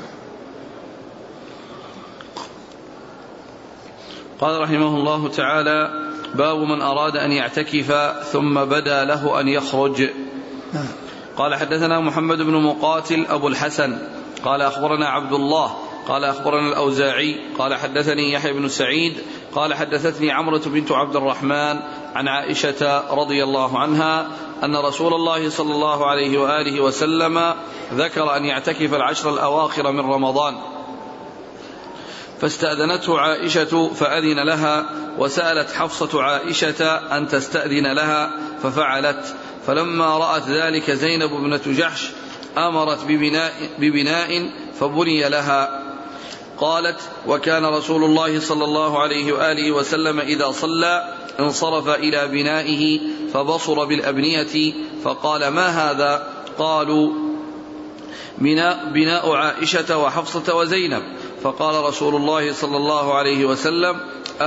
قال رحمه الله تعالى: باب من أراد أن يعتكف ثم بدا له أن يخرج. نعم. قال حدثنا محمد بن مقاتل أبو الحسن قال أخبرنا عبد الله قال أخبرنا الأوزاعي قال حدثني يحيى بن سعيد قال حدثتني عمرة بنت عبد الرحمن عن عائشة رضي الله عنها أن رسول الله صلى الله عليه وآله وسلم ذكر أن يعتكف العشر الأواخر من رمضان، فاستأذنته عائشة فأذن لها، وسألت حفصة عائشة أن تستأذن لها ففعلت، فلما رأت ذلك زينب بنت جحش أمرت ببناء فبني لها. قالت: وكان رسول الله صلى الله عليه وآله وسلم إذا صلى انصرف إلى بنائه فبصر بالأبنية فقال: ما هذا؟ قالوا: بناء عائشة وحفصة وزينب. فقال رسول الله صلى الله عليه وسلم: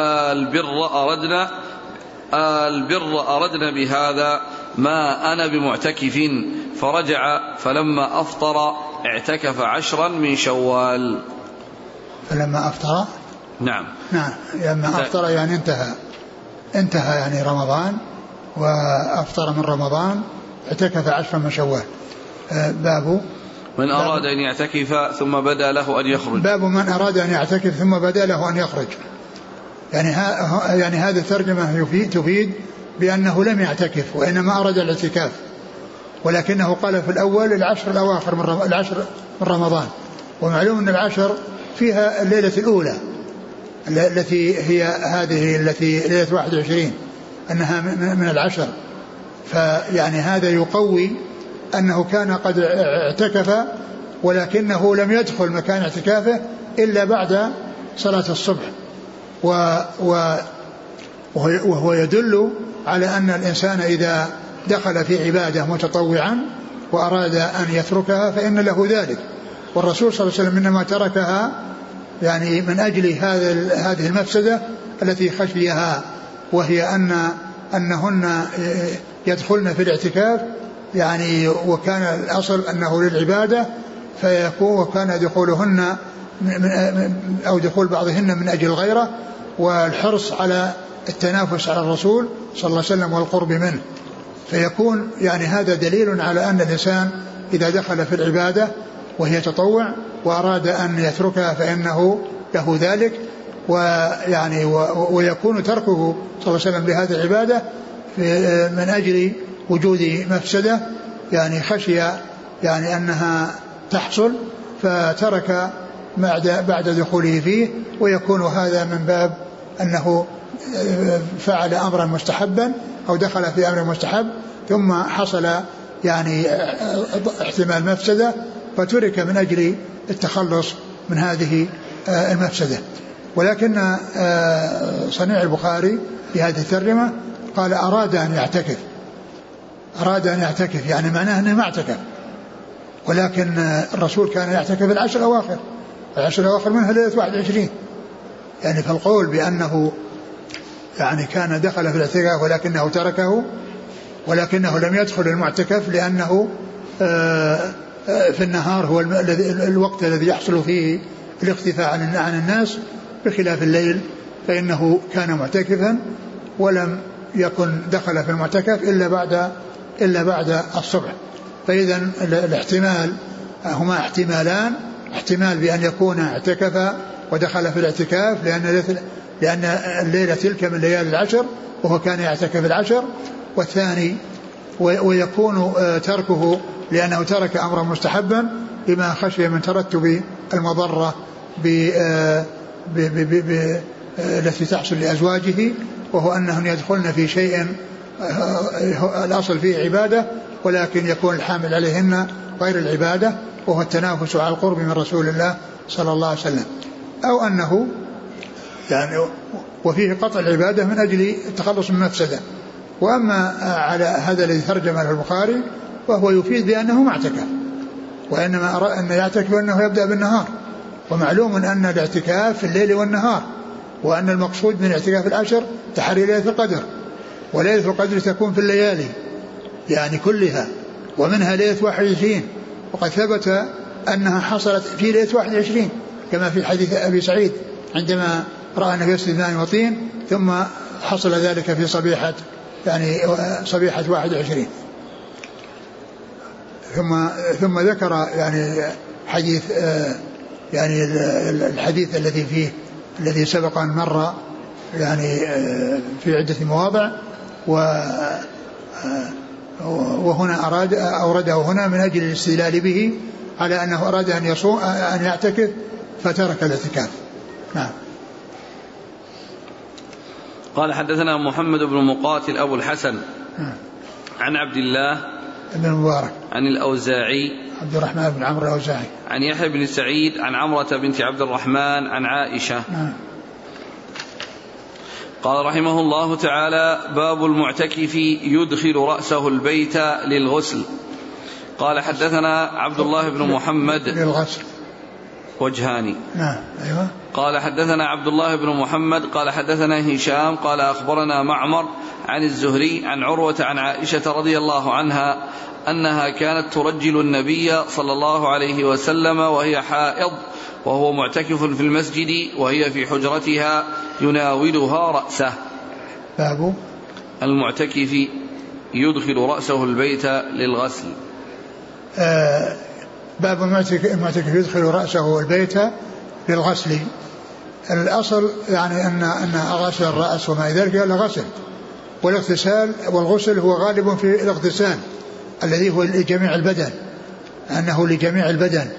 البر أردنا بهذا، ما أنا بمعتكف. فرجع فلما أفطر اعتكف 10 من شوال. فلما أفطر نعم لما أفطر يعني انتهى يعني رمضان، وأفطر من رمضان اعتكف 10 من شوال. باب من أراد أن يعتكف ثم بدا له أن يخرج. باب من أراد أن يعتكف ثم بدا له أن يخرج، يعني هذه الترجمة تفيد بأنه لم يعتكف وإنما أراد الاعتكاف، ولكنه قال في الأول العشر الأواخر من رمضان، ومعلوم أن العشر فيها الليلة الأولى التي هي هذه التي ليلة 21 أنها من العشر، فيعني هذا يقوي أنه كان قد اعتكف ولكنه لم يدخل مكان اعتكافه إلا بعد صلاة الصبح، وهو يدل على أن الإنسان إذا دخل في عبادة متطوعا وأراد أن يتركها فإن له ذلك. والرسول صلى الله عليه وسلم إنما تركها يعني من أجل هذه المفسدة التي خشيها، وهي أنهن يدخلن في الاعتكاف يعني وكان الأصل أنه للعبادة، فيكون وكان دخولهن أو دخول بعضهن من أجل الغيرة والحرص على التنافس على الرسول صلى الله عليه وسلم والقرب منه. فيكون يعني هذا دليل على أن الإنسان إذا دخل في العبادة وهي تطوع وأراد أن يتركها فإنه له ذلك، ويعني ويكون تركه صلى الله عليه وسلم لهذه العبادة من أجل وجود مفسدة يعني خشي يعني أنها تحصل فترك بعد دخوله فيه، ويكون هذا من باب أنه فعل أمرا مستحبا أو دخل في أمر مستحب ثم حصل يعني احتمال مفسدة فترك من أجل التخلص من هذه المفسدة. ولكن صنيع البخاري في هذه الترجمة قال أراد أن يعتكف يعني معناه أنه ما اعتكف، ولكن الرسول كان يعتكف العشر الأواخر منها ليلة 21 يعني. فالقول بأنه يعني كان دخل في الاعتكاف ولكنه تركه ولكنه لم يدخل المعتكف لأنه في النهار هو الوقت الذي يحصل فيه الاختفاء عن الناس، بخلاف الليل فإنه كان معتكفا ولم يكن دخل في المعتكف إلا بعد الصبح. فإذا الاحتمال هما احتمالان، احتمال بأن يكون اعتكف ودخل في الاعتكاف لأن الليلة تلك من ليالي العشر وهو كان يعتكف العشر، والثاني ويكون تركه لأنه ترك أمرا مستحبا لما خشي من ترتب المضرة التي تحصل لأزواجه، وهو أنهم يدخلن في شيء الأصل فيه عبادة ولكن يكون الحامل عليهن غير العبادة وهو التنافس على القرب من رسول الله صلى الله عليه وسلم، أو أنه يعني وفيه قطع العبادة من أجل التخلص من مفسدة. وأما على هذا الذي ترجمه البخاري وهو يفيد بأنه ما اعتكف، وإنما أرى أن يعتكف أنه يبدأ بالنهار، ومعلوم أن الاعتكاف في الليل والنهار، وأن المقصود من اعتكاف العشر تحري ليلة القدر، وليلة القدر تكون في الليالي يعني كلها ومنها ليلة 21، وقد ثبت أنها حصلت في ليلة 21 كما في حديث أبي سعيد عندما رأى النبي يسجد الماء وطين ثم حصل ذلك في صبيحة يعني صبيحة 21. ثم ذكر يعني حديث يعني الحديث الذي فيه الذي سبق أن مر يعني في عدة مواضع، وهنا أورده هنا من أجل الاستدلال به على أنه أراد أن يصوم أن يعتكف فترك الاعتكاف. نعم. قال حدثنا محمد بن مقاتل أبو الحسن عن عبد الله بن المبارك عن الأوزاعي عبد الرحمن بن عمرو الأوزاعي عن يحيى بن سعيد عن عمرة بنت عبد الرحمن عن عائشة. قال رحمه الله تعالى: باب المعتكف يدخل رأسه البيت للغسل. قال حدثنا عبد الله بن محمد للغسل وجهاني. أيوة. قال حدثنا عبد الله بن محمد قال حدثنا هشام قال أخبرنا معمر عن الزهري عن عروة عن عائشة رضي الله عنها أنها كانت ترجل النبي صلى الله عليه وسلم وهي حائض وهو معتكف في المسجد وهي في حجرتها يناولها رأسه. باب المعتكف يدخل رأسه البيت للغسل. باب المعتكف يدخل رأسه البيت للغسل. الأصل يعني أن غسل الرأس وما ذلك إلا غسل، والاغتسال والغسل هو غالب في الاغتسال الذي هو لجميع البدن، أنه لجميع البدن.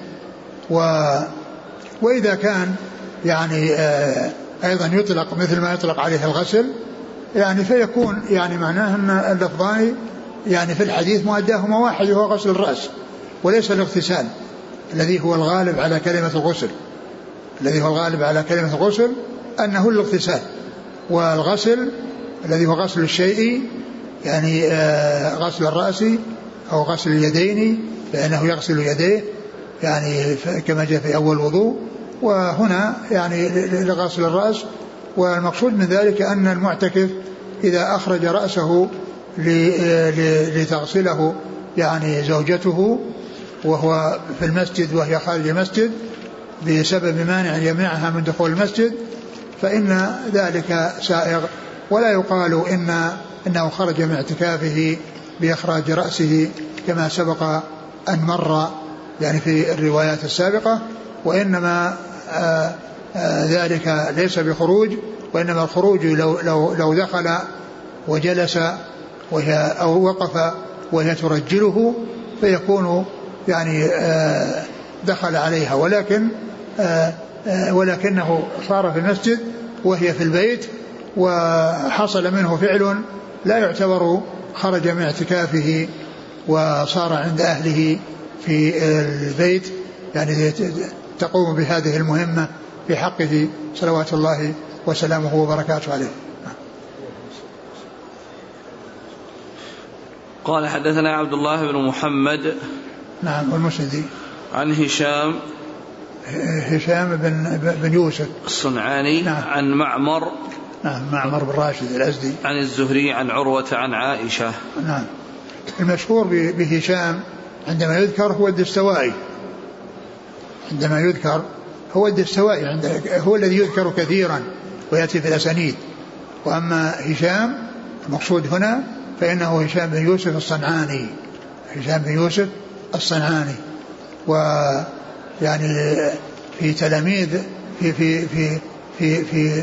وإذا كان يعني أيضا يطلق مثل ما يطلق عليه الغسل يعني فيكون يعني معناه أن اللفظان يعني في الحديث مؤداهما واحد وهو غسل الرأس وليس الاغتسال الذي هو الغالب على كلمة الغسل. الذي هو الغالب على كلمة الغسل أنه الاغتسال، والغسل الذي هو غسل الشيء يعني غسل الرأس أو غسل اليدين، لأنه يغسل يديه يعني كما جاء في أول وضوء، وهنا يعني لغسل الرأس. والمقصود من ذلك أن المعتكف إذا أخرج رأسه لتغسله يعني زوجته وهو في المسجد وهي خارج المسجد بسبب مانع يمنعها من دخول المسجد، فإن ذلك سائغ، ولا يقال إنه خرج من اعتكافه بإخراج رأسه كما سبق أن مر يعني في الروايات السابقة، وإنما ذلك ليس بخروج، وإنما الخروج لو دخل وجلس وهي أو وقف وهي ترجله فيكون يعني دخل عليها، ولكنه صار في المسجد وهي في البيت وحصل منه فعل لا يعتبر خرج من اعتكافه وصار عند أهله في البيت، يعني تقوم بهذه المهمة في حقه صلوات الله وسلامه وبركاته عليه. قال حدثنا عبد الله بن محمد نعم والمسندي عن هشام بن يوسف الصنعاني نعم. عن معمر نعم معمر بن راشد الأزدي عن الزهري عن عروة عن عائشة. نعم. المشهور بهشام عندما يذكر هو الدستوائي، عندما يذكر هو الدستوائي هو الذي يذكر كثيرا ويأتي في الأسانيد، وأما هشام المقصود هنا فإنه هشام بن يوسف الصنعاني، هشام بن يوسف الصنعاني، ويعني في تلاميذ في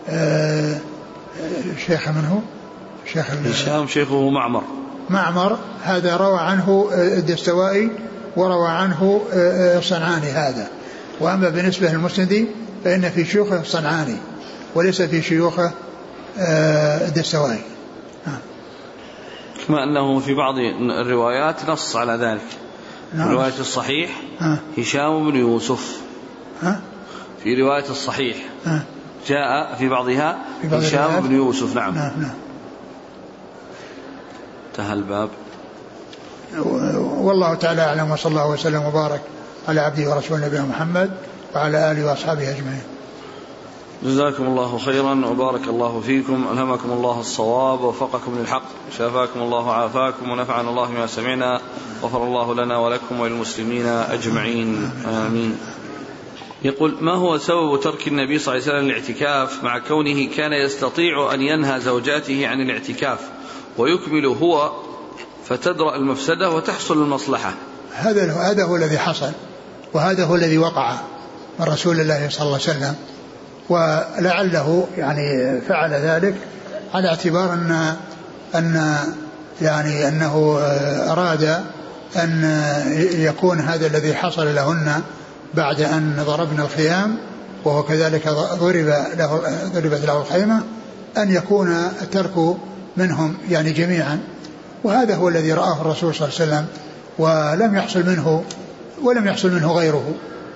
شيخ منه شيخ هشام شيخه معمر هذا روى عنه الدستوائي وروى عنه الصنعاني هذا. وأما بالنسبة للمسندي فإن في شيوخه الصنعاني وليس في شيوخه الدستوائي. كما أنه في بعض الروايات نص على ذلك. في رواية الصحيح هشام بن يوسف، في رواية الصحيح جاء في بعضها هشام بن يوسف. نعم. انتهى الباب. والله تعالى أعلم، وصلى الله وسلم وبارك على عبده ورسوله نبينا محمد وعلى آله وأصحابه أجمعين. جزاكم الله خيرا وبارك الله فيكم، ألهمكم الله الصواب ووفقكم للحق، شافاكم الله وعافاكم، ونفعنا الله بما سمعنا، غفر الله لنا ولكم وللمسلمين أجمعين آمين. يقول: ما هو سبب ترك النبي صلى الله عليه وسلم الاعتكاف مع كونه كان يستطيع أن ينهى زوجاته عن الاعتكاف ويكمل هو فتدرأ المفسدة وتحصل المصلحة؟ هذا هو الذي حصل، وهذا هو الذي وقع من رسول الله صلى الله عليه وسلم، ولعله يعني فعل ذلك على اعتبار أنه أراد أن يكون هذا الذي حصل لهن بعد أن ضربنا الخيام وهو كذلك ضربت له الخيمة أن يكون الترك منهم يعني جميعا، وهذا هو الذي رآه الرسول صلى الله عليه وسلم ولم يحصل منه غيره.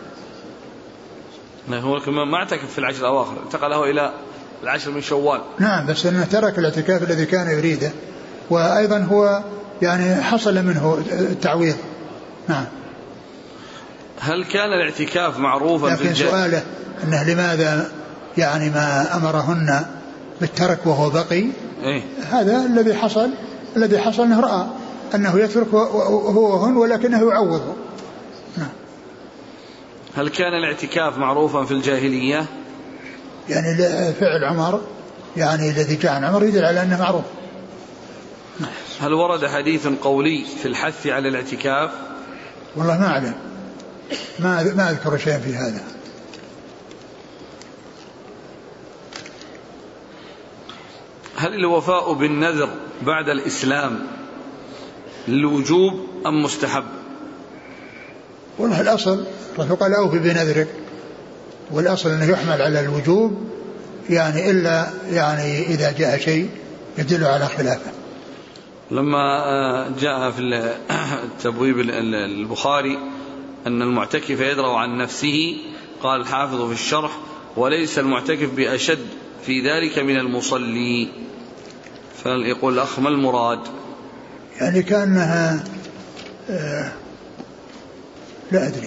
هو كمان ما اعتكف في العشر الأواخر، انتقله إلى العشر من شوال. نعم، بس أنه ترك الاعتكاف الذي كان يريده، وأيضا هو يعني حصل منه التعويض. نعم. هل كان الاعتكاف معروفا في الجاهلية؟ لكن سؤاله أنه لماذا يعني ما أمرهن بالترك وهو بقي؟ هذا الذي حصل أنه رأى أنه يترك هو وهن ولكنه يعوضه. نعم. هل كان الاعتكاف معروفا في الجاهلية؟ يعني فعل عمر يعني الذي جاء عن عمر يدل على أنه معروف. هل ورد حديث قولي في الحث على الاعتكاف؟ والله ما أعلم، ما أذكر شيئا في هذا. هل الوفاء بالنذر بعد الإسلام للوجوب أم مستحب؟ والله الأصل الرسول قال أوفي بنذرك، والأصل أنه يحمل على الوجوب يعني إلا يعني إذا جاء شيء يدل على خلافه. لما جاء في التبويب البخاري أن المعتكف يدرأ عن نفسه، قال الحافظ في الشرح: وليس المعتكف بأشد في ذلك من المصلي. فيقول الأخ ما المراد؟ يعني كأنها لا أدري،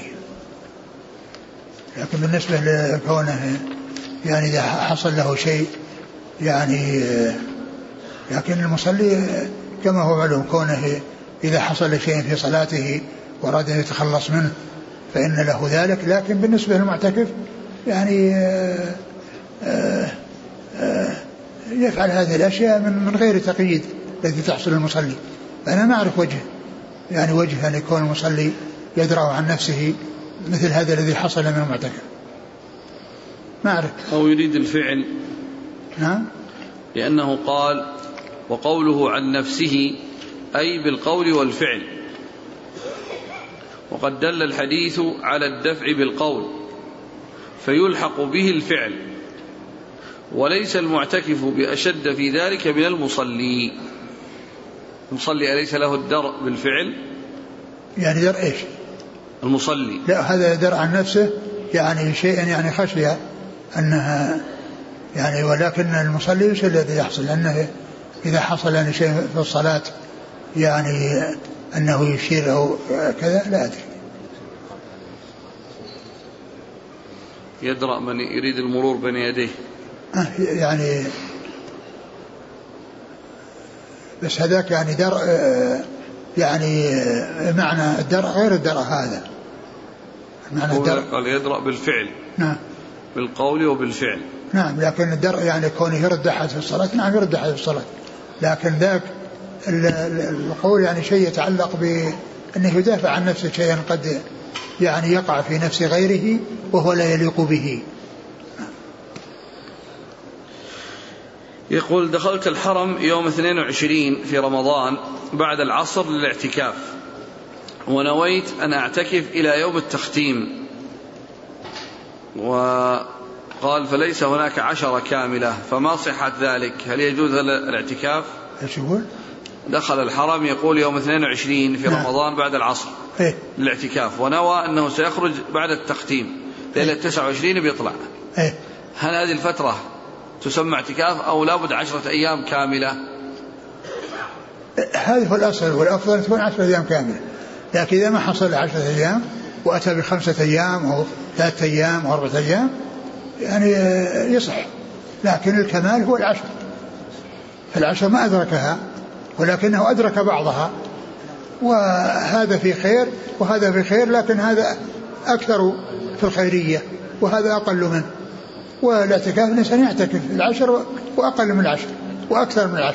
لكن بالنسبة لكونه يعني إذا حصل له شيء يعني لكن المصلي كما هو معلوم كونه إذا حصل شيء في صلاته وأراد أن يتخلص منه فإن له ذلك. لكن بالنسبة للمعتكف يعني يفعل هذه الأشياء من غير تقييد الذي تحصل للمصلي. فأنا ما أعرف وجه أن يكون المصلي يدرأ عن نفسه مثل هذا الذي حصل من المعتكف، ما أعرف. أو يريد الفعل. نعم. لأنه قال وقوله عن نفسه أي بالقول والفعل، وقد دل الحديث على الدفع بالقول فيلحق به الفعل، وليس المعتكف بأشد في ذلك من المصلي. المصلي أليس له الدرء بالفعل؟ يعني درء إيش؟ المصلي لا، هذا درء عن نفسه يعني شيء يعني خشية أنها يعني، ولكن المصلي ايش الذي يحصل؟ لأنه إذا حصل يعني شيء في الصلاة يعني أنه يشير أو كذا لا أدري. يدرأ من يريد المرور بين يديه يعني، بس هذاك يعني درء يعني معنى الدرء غير الدرء هذا. معنى الدرء قال يدرأ بالفعل. نعم. بالقول وبالفعل. نعم، لكن الدرء يعني كونه يرد أحد في الصلاة، نعم يرد أحد في الصلاة، لكن ذاك القول يعني شيء يتعلق بأنه يدافع عن نفسه شيئا قد يعني يقع في نفس غيره وهو لا يليق به. يقول دخلت الحرم يوم 22 في رمضان بعد العصر للاعتكاف، ونويت أن أعتكف إلى يوم التختيم، وقال فليس هناك 10 كاملة، فما صحة ذلك؟ هل يجوز الاعتكاف؟ ايش يقول؟ دخل الحرم يقول يوم 22 في رمضان بعد العصر للاعتكاف، ونوى أنه سيخرج بعد التختيم ليلة 29 بيطلع. هل هذه الفترة تسمى اعتكاف أو لابد 10 أيام كاملة؟ هذا هو الأصل والأفضل تكون 10 أيام كاملة، لكن إذا ما حصل 10 أيام وأتى ب5 أيام أو 3 أيام أو 4 أيام يعني يصح، لكن الكمال هو 10. فالعشر ما أدركها ولكنه أدرك بعضها، وهذا في خير وهذا في خير، لكن هذا أكثر في الخيرية وهذا أقل منه. والاعتكاف الإنسان يعتكف 10 وأقل من 10 وأكثر من 10.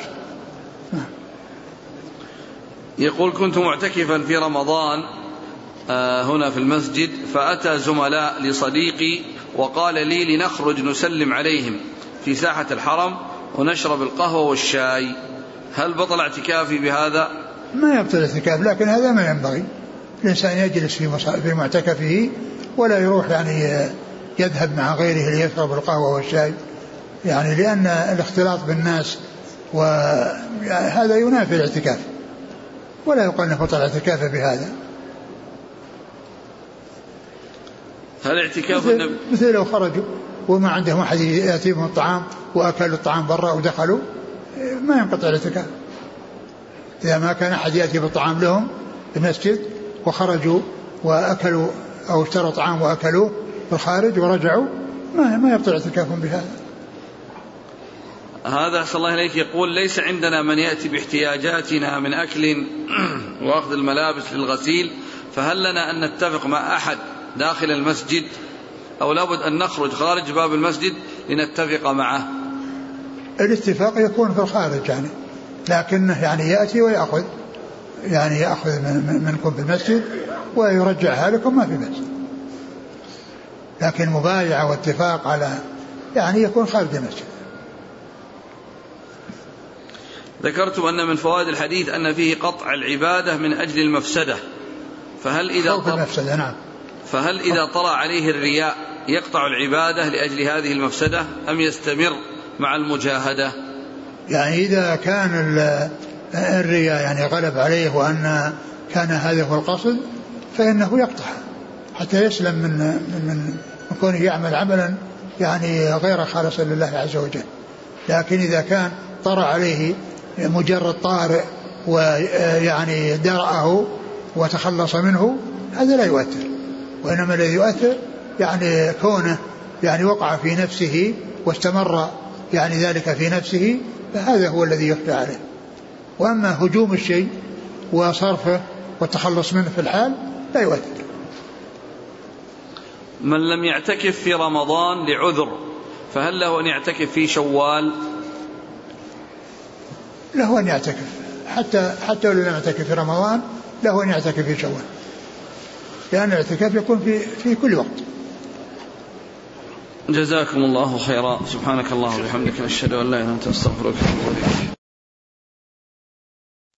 يقول كنت معتكفا في رمضان هنا في المسجد، فأتى زملاء لصديقي وقال لي لنخرج نسلم عليهم في ساحة الحرم ونشرب القهوة والشاي، هل بطل اعتكافي بهذا؟ ما يبطل الاعتكاف، لكن هذا ما ينبغي. الإنسان يجلس في معتكفه ولا يروح يعني يذهب مع غيره ليشرب القهوة والشاي، يعني لأن الاختلاط بالناس وهذا ينافي الاعتكاف، ولا يقال أنه بطل اعتكافه بهذا. هل اعتكاف مثل لو خرجوا وما عندهم أحد يأتيهم الطعام وأكلوا الطعام برا ودخلوا ما ينقطع الاعتكاف. إذا ما كان أحد يأتي بالطعام لهم في المسجد وخرجوا وأكلوا أو اشتروا طعام وأكلوه في الخارج ورجعوا ما يبطل اعتكافهم بهذا. هذا صلى الله عليه يقول ليس عندنا من يأتي باحتياجاتنا من أكل وأخذ الملابس للغسيل، فهل لنا أن نتفق مع أحد داخل المسجد أو لابد أن نخرج خارج باب المسجد لنتفق معه؟ الاتفاق يكون في الخارج يعني، لكنه يعني يأتي ويأخذ، يعني يأخذ منكم في المسجد ويرجعها لكم ما في بأس، لكن مبايعة واتفاق على يعني يكون خارج المسجد. ذكرتم أن من فوائد الحديث أن فيه قطع العبادة من أجل المفسدة، فهل إذا طرأ عليه الرياء يقطع العبادة لأجل هذه المفسدة أم يستمر مع المجاهدة؟ يعني إذا كان الرياء يعني غلب عليه وأن كان هذا هو القصد فإنه يقطع حتى يسلم من كونه يعمل عملا يعني غير خالص لله عز وجل. لكن إذا كان طرأ عليه مجرد طارئ ويعني درأه وتخلص منه، هذا لا يؤثر. وإنما الذي يؤثر يعني كونه يعني وقع في نفسه واستمر يعني ذلك في نفسه، فهذا هو الذي يخفى عليه. وأما هجوم الشيء وصرفه والتخلص منه في الحال لا يؤثر. من لم يعتكف في رمضان لعذر فهل له أن يعتكف في شوال؟ له أن يعتكف حتى لو لم يعتكف في رمضان له أن يعتكف في شوال، لأن الاعتكاف يكون في كل وقت. جزاكم الله خيرا. سبحانك اللهم وبحمدك نشهد أن لا إله إلا أنت نستغفرك ونتوب إليك.